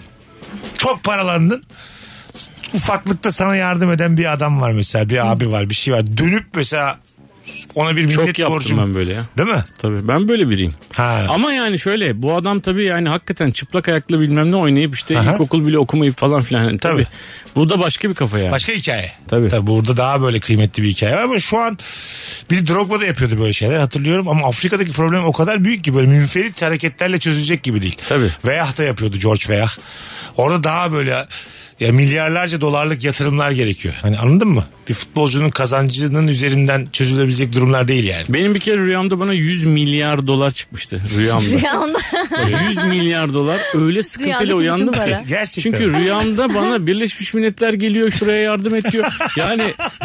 Çok paralandın. Ufaklıkta sana yardım eden bir adam var mesela. Bir abi var, bir şey var. Dönüp mesela ona bir minnet Çok yaptım borcum. ben böyle ya. Değil mi? Tabii ben böyle biriyim. Ha. Ama yani şöyle bu adam tabii yani hakikaten çıplak ayakla bilmem ne oynayıp işte Aha. ilkokul bile okumayıp falan filan. Yani tabii. Tabii. Bu da başka bir kafa yani. Başka hikaye. Tabii. Tabii burada daha böyle kıymetli bir hikaye var ama şu an bir Drogba da yapıyordu böyle şeyler hatırlıyorum ama Afrika'daki problem o kadar büyük ki böyle münferit hareketlerle çözülecek gibi değil. Tabii. Veyah da yapıyordu George Veyah. Orada daha böyle ya milyarlarca dolarlık yatırımlar gerekiyor. Hani anladın mı? Bir futbolcunun kazancının üzerinden çözülebilecek durumlar değil yani. Benim bir kere rüyamda bana yüz milyar dolar çıkmıştı rüyamda. Rüyamda. Böyle yüz milyar dolar öyle sıkıntıyla Dünyadaki uyandım bütün ki. para. Gerçekten. Çünkü rüyamda bana Birleşmiş Milletler geliyor şuraya yardım et diyor. Yani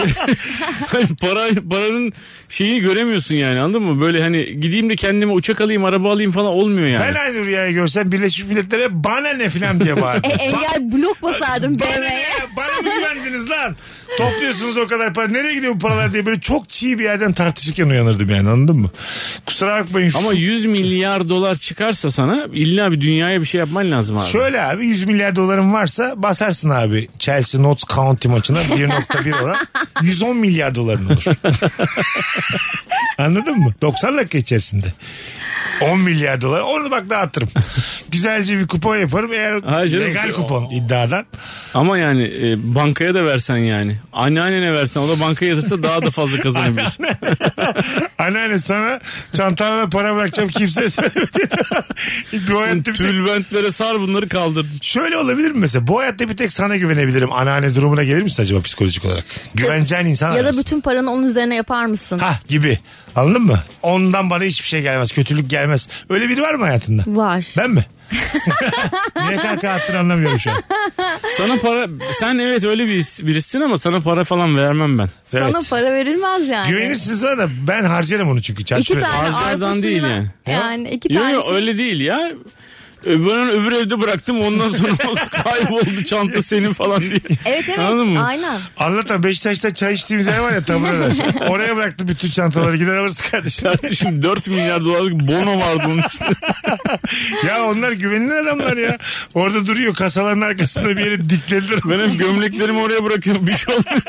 hani para, paranın şeyini göremiyorsun yani anladın mı? Böyle hani gideyim de kendime uçak alayım araba alayım falan olmuyor yani. Ben aynı rüyayı görsem Birleşmiş Milletler'e bana ne filan diye bağırdım. E, engel blok basardım Bana B ne M'ye. ya? Bana mı güvendiniz lan? Topluyorsunuz o kadar para. Nereye gidiyor bu paralar diye böyle çok çiğ bir yerden tartışırken uyanırdım yani anladın mı? Kusura bakmayın. Şu... Ama yüz milyar dolar çıkarsa sana illa bir dünyaya bir şey yapman lazım abi. Şöyle abi yüz milyar doların varsa basarsın abi Chelsea Notts County maçına bir nokta bir oran yüz on milyar doların olur. Anladın mı? doksan dakika içerisinde. on milyar dolar. Onu bak dağıtırım. Güzelce bir kupon yaparım. Eğer Hayır canım. legal kupon iddiadan. Ama yani e, bankaya da versen yani. Anneannene versen o da bankaya yatırsa daha da fazla kazanabilir. Anneanne sana çantana para bırakacağım kimseye söylemedi. Bu hayatta bir tek, Tülbentlere sar bunları kaldır. şöyle olabilir mi mesela? Bu hayatta bir tek sana güvenebilirim. Anneanne durumuna gelir misin acaba psikolojik olarak? Güveneceğin insan Ya da ararsın. bütün paranı onun üzerine yapar mısın? Ha gibi. Anladın mı? Ondan bana hiçbir şey gelmez. Kötülük gelmez. Öyle biri var mı hayatında? Var. Ben mi? Niye kaka attığını anlamıyorum şu an. Sana para sen evet öyle bir birisin ama sana para falan vermem ben. Evet. Sana para verilmez yani. Güvenirsiniz bana da ben harcarım onu çünkü. İki Çarçur tane Harcardan arpa değil suyuna- yani. Yani iki Yok tane. yok öyle değil ya. Ben onu öbür evde bıraktım ondan sonra kayboldu çanta senin falan diye. Evet evet Anladın mı? aynen. Anlatan Beşiktaş'ta çay içtiğimiz yer var ya tabureler. Oraya bıraktı bütün çantaları gider alırız kardeşim. Kardeşim dört milyar dolarlık bono vardı onun içinde. Ya onlar güvenilir adamlar ya. Orada duruyor kasaların arkasında bir yere diklediler. Ben hep gömleklerimi oraya bırakıyorum bir şey olmuyor.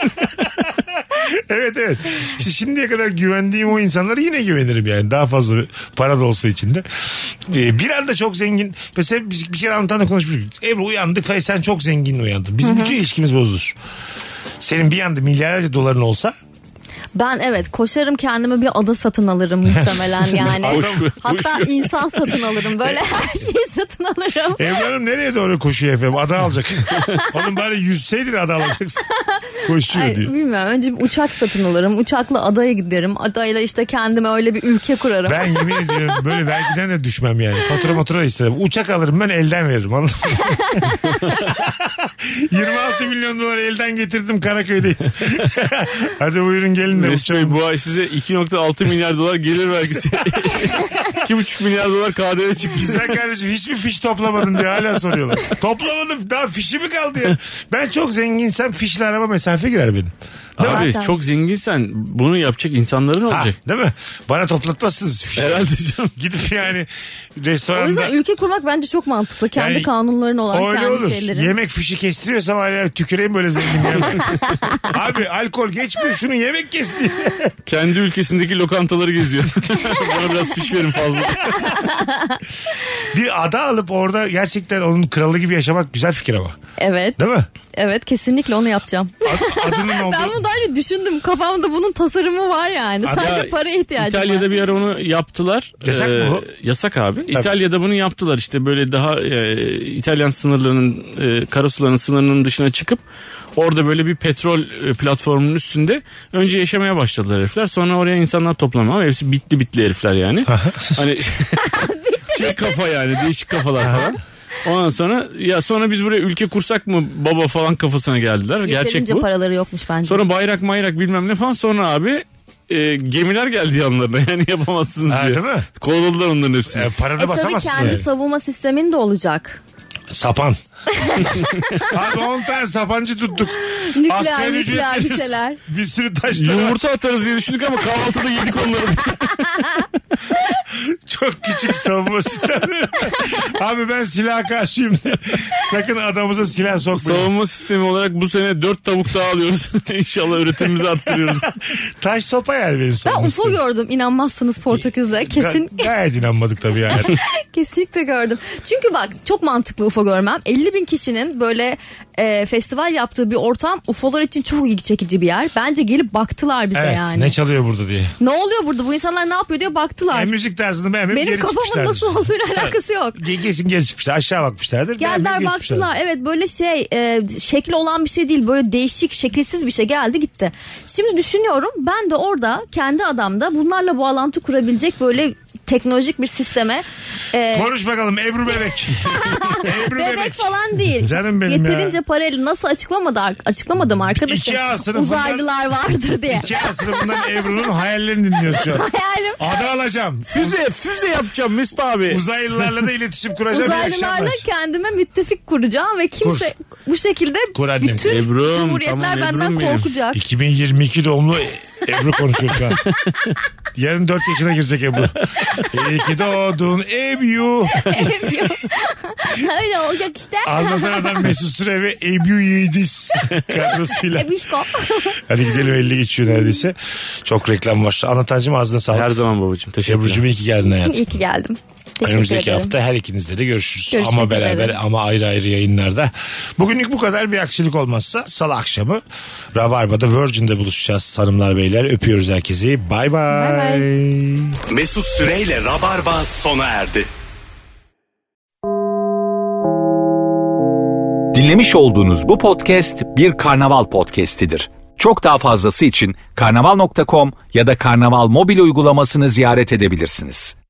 Evet evet. İşte şimdiye kadar güvendiğim o insanlara yine güvenirim yani. Daha fazla para da olsa içinde. Ee, bir anda çok zengin. Mesela biz bir kere Antalya'da konuşmuştuk. Ebru uyandık ve sen çok zengin uyandın. Bizim bütün ilişkimiz bozulur. Senin bir anda milyarlarca doların olsa. Ben evet koşarım kendime bir ada satın alırım muhtemelen yani. Boş ver, Hatta boş ver. insan satın alırım. Böyle her şeyi satın alırım. Ebru Hanım nereye doğru koşuyor efendim? Ada alacak. Oğlum bari yüzseydin ada alacaksın. Koşuyor Hayır, diyor. bilmiyorum. Önce bir uçak satın alırım. Uçakla adaya giderim. Adayla işte kendime öyle bir ülke kurarım. Ben yemin ediyorum böyle vergiden de düşmem yani. Fatura matura isterim. Uçak alırım ben, elden veririm. Anladın mı? yirmi altı milyon dolar elden getirdim Karaköy'de. Hadi buyurun gelin de Mesut Bey, bu ay size iki nokta altı milyar dolar gelir vergisi. iki buçuk milyar dolar K D V çıktı. Güzel kardeşim, hiçbir fiş toplamadın diye hala soruyorlar. Toplamadım, daha fişi mi kaldı ya? Ben çok zenginsem fişle araba mesafe girer benim. Değil Abi mi? çok zenginsen bunu yapacak insanların Ha, olacak. değil mi? Bana toplatmazsınız fişi. Herhalde canım. Gidip yani O restoranda... yüzden ülke kurmak bence çok mantıklı. Kendi Yani kanunların olan öyle kendi olur. şeyleri. Yemek fişi kestiriyorsam hala tüküreyim böyle zenginliğe. Abi alkol geçmiyor, şunu yemek kesti. Kendi ülkesindeki lokantaları geziyor. Bana biraz fiş verin fazla. Bir ada alıp orada gerçekten onun kralı gibi yaşamak güzel fikir ama. Evet. Değil mi? Evet, kesinlikle onu yapacağım. Ad, adının olduğu... Ben bunu daha önce düşündüm. Kafamda bunun tasarımı var yani. Ada- Sadece paraya ihtiyacım İtalya'da var. bir ara onu yaptılar. Yasak mı bu? Yasak abi. İtalya'da bunu yaptılar. İşte böyle daha e, İtalyan sınırlarının, e, karasularının sınırının dışına çıkıp orada böyle bir petrol e, platformunun üstünde önce yaşamaya başladılar herifler. Sonra oraya insanlar toplanma ama hepsi bitli bitli herifler yani. Hani şey kafa yani, değişik kafalar falan. Ondan sonra ya sonra biz buraya ülke kursak mı baba falan kafasına geldiler. Gerçek Yeterince bu. paraları yokmuş bence. Sonra bayrak mayrak bilmem ne falan, sonra abi e, gemiler geldi yanlarına, yani yapamazsınız Ha, diye. değil mi? Kovaladılar onların hepsini. E, paranı E tabii basamazsın kendi yani. savunma sistemin de olacak. Sapan. Abi on tane sapancı tuttuk. Nükleer, Asgari nükleer bir ücretli şeyler. Bir sürü taşlar var. Yumurta atarız diye düşündük ama kahvaltıda yedik onları. Çok küçük savunma sistemleri. Abi ben silah karşıyım. Sakın adamıza silah sokmayın. Savunma sistemi olarak bu sene dört tavuk daha alıyoruz. İnşallah üretimimizi arttırıyoruz. Taş sopa yani benim Ben savunma U F O sistemim. gördüm. İnanmazsınız Portekiz'de. Kesin Ga- gayet inanmadık tabii yani. kesinlikle gördüm. Çünkü bak çok mantıklı U F O görmem. elli bin kişinin böyle e, festival yaptığı bir ortam U F O'lar için çok ilgi çekici bir yer. Bence gelip baktılar bize Evet, yani. ne Ne, çalıyor burada diye. oluyor burada? Bu insanlar ne yapıyor diye baktılar. E, müzik tarzını beğenmeyip Benim geri kafamın çıkmışlardır. nasıl olduğuyla alakası yok. Ge- Kesin geri çıkmışlar. Aşağı bakmışlardır. Geldiler beğenmeyip baktılar. geçmişlerdir. Evet, böyle şey e, şekli olan bir şey değil. Böyle değişik, şekilsiz bir şey geldi gitti. Şimdi düşünüyorum, ben de orada kendi adamda bunlarla bağlantı kurabilecek böyle teknolojik bir sisteme e, Konuş bakalım Ebru Bebek. Ebru bebek, Bebek. falan değil. Canım benim Yeterince ya. parayla nasıl açıklamadı, açıklamadım arkadaşım. İki A sınıfından- Uzaylılar vardır diye. İki A sınıfından Ebru'nun hayallerini dinliyoruz şu an. Hayalim Ada alacağım. Füze, füze yapacağım Mesut abi. Uzaylılarla da iletişim kuracağım. İyi uzaylılarla akşamlar. kendime müttefik kuracağım ve kimse bu şekilde Kur annem. bütün Ebru'm, cumhuriyetler tamam, benden Ebru'm benim. korkacak. iki bin yirmi iki doğumlu Ebru konuşuyor şu an. Yarın dört yaşına girecek Ebru. İyi ki doğdun Ebru. Öyle olacak işte. Anlatan adam Mesut Süre ve Ebru Yiğidiz kadrosuyla. Ebişko. Hadi gidelim, elli geçiyor neredeyse. Çok reklam var. Anlatancım ağzına sağlık. Her zaman babacığım, teşekkürler. Ebru'cum iyi ki geldin hayatım. İyi ki geldim. Teşekkür Önümüzdeki ederim. hafta her ikinizle de görüşürüz. Görüşmek ama beraber üzere. ama ayrı ayrı yayınlarda. Bugünlük bu kadar, bir aksilik olmazsa salı akşamı Rabarba'da Virgin'de buluşacağız hanımlar beyler. Öpüyoruz herkesi. Bay Bay bay. Mesut Süreyle Rabarba sona erdi. Dinlemiş olduğunuz bu podcast bir karnaval podcastidir. Çok daha fazlası için karnaval nokta com ya da karnaval mobil uygulamasını ziyaret edebilirsiniz.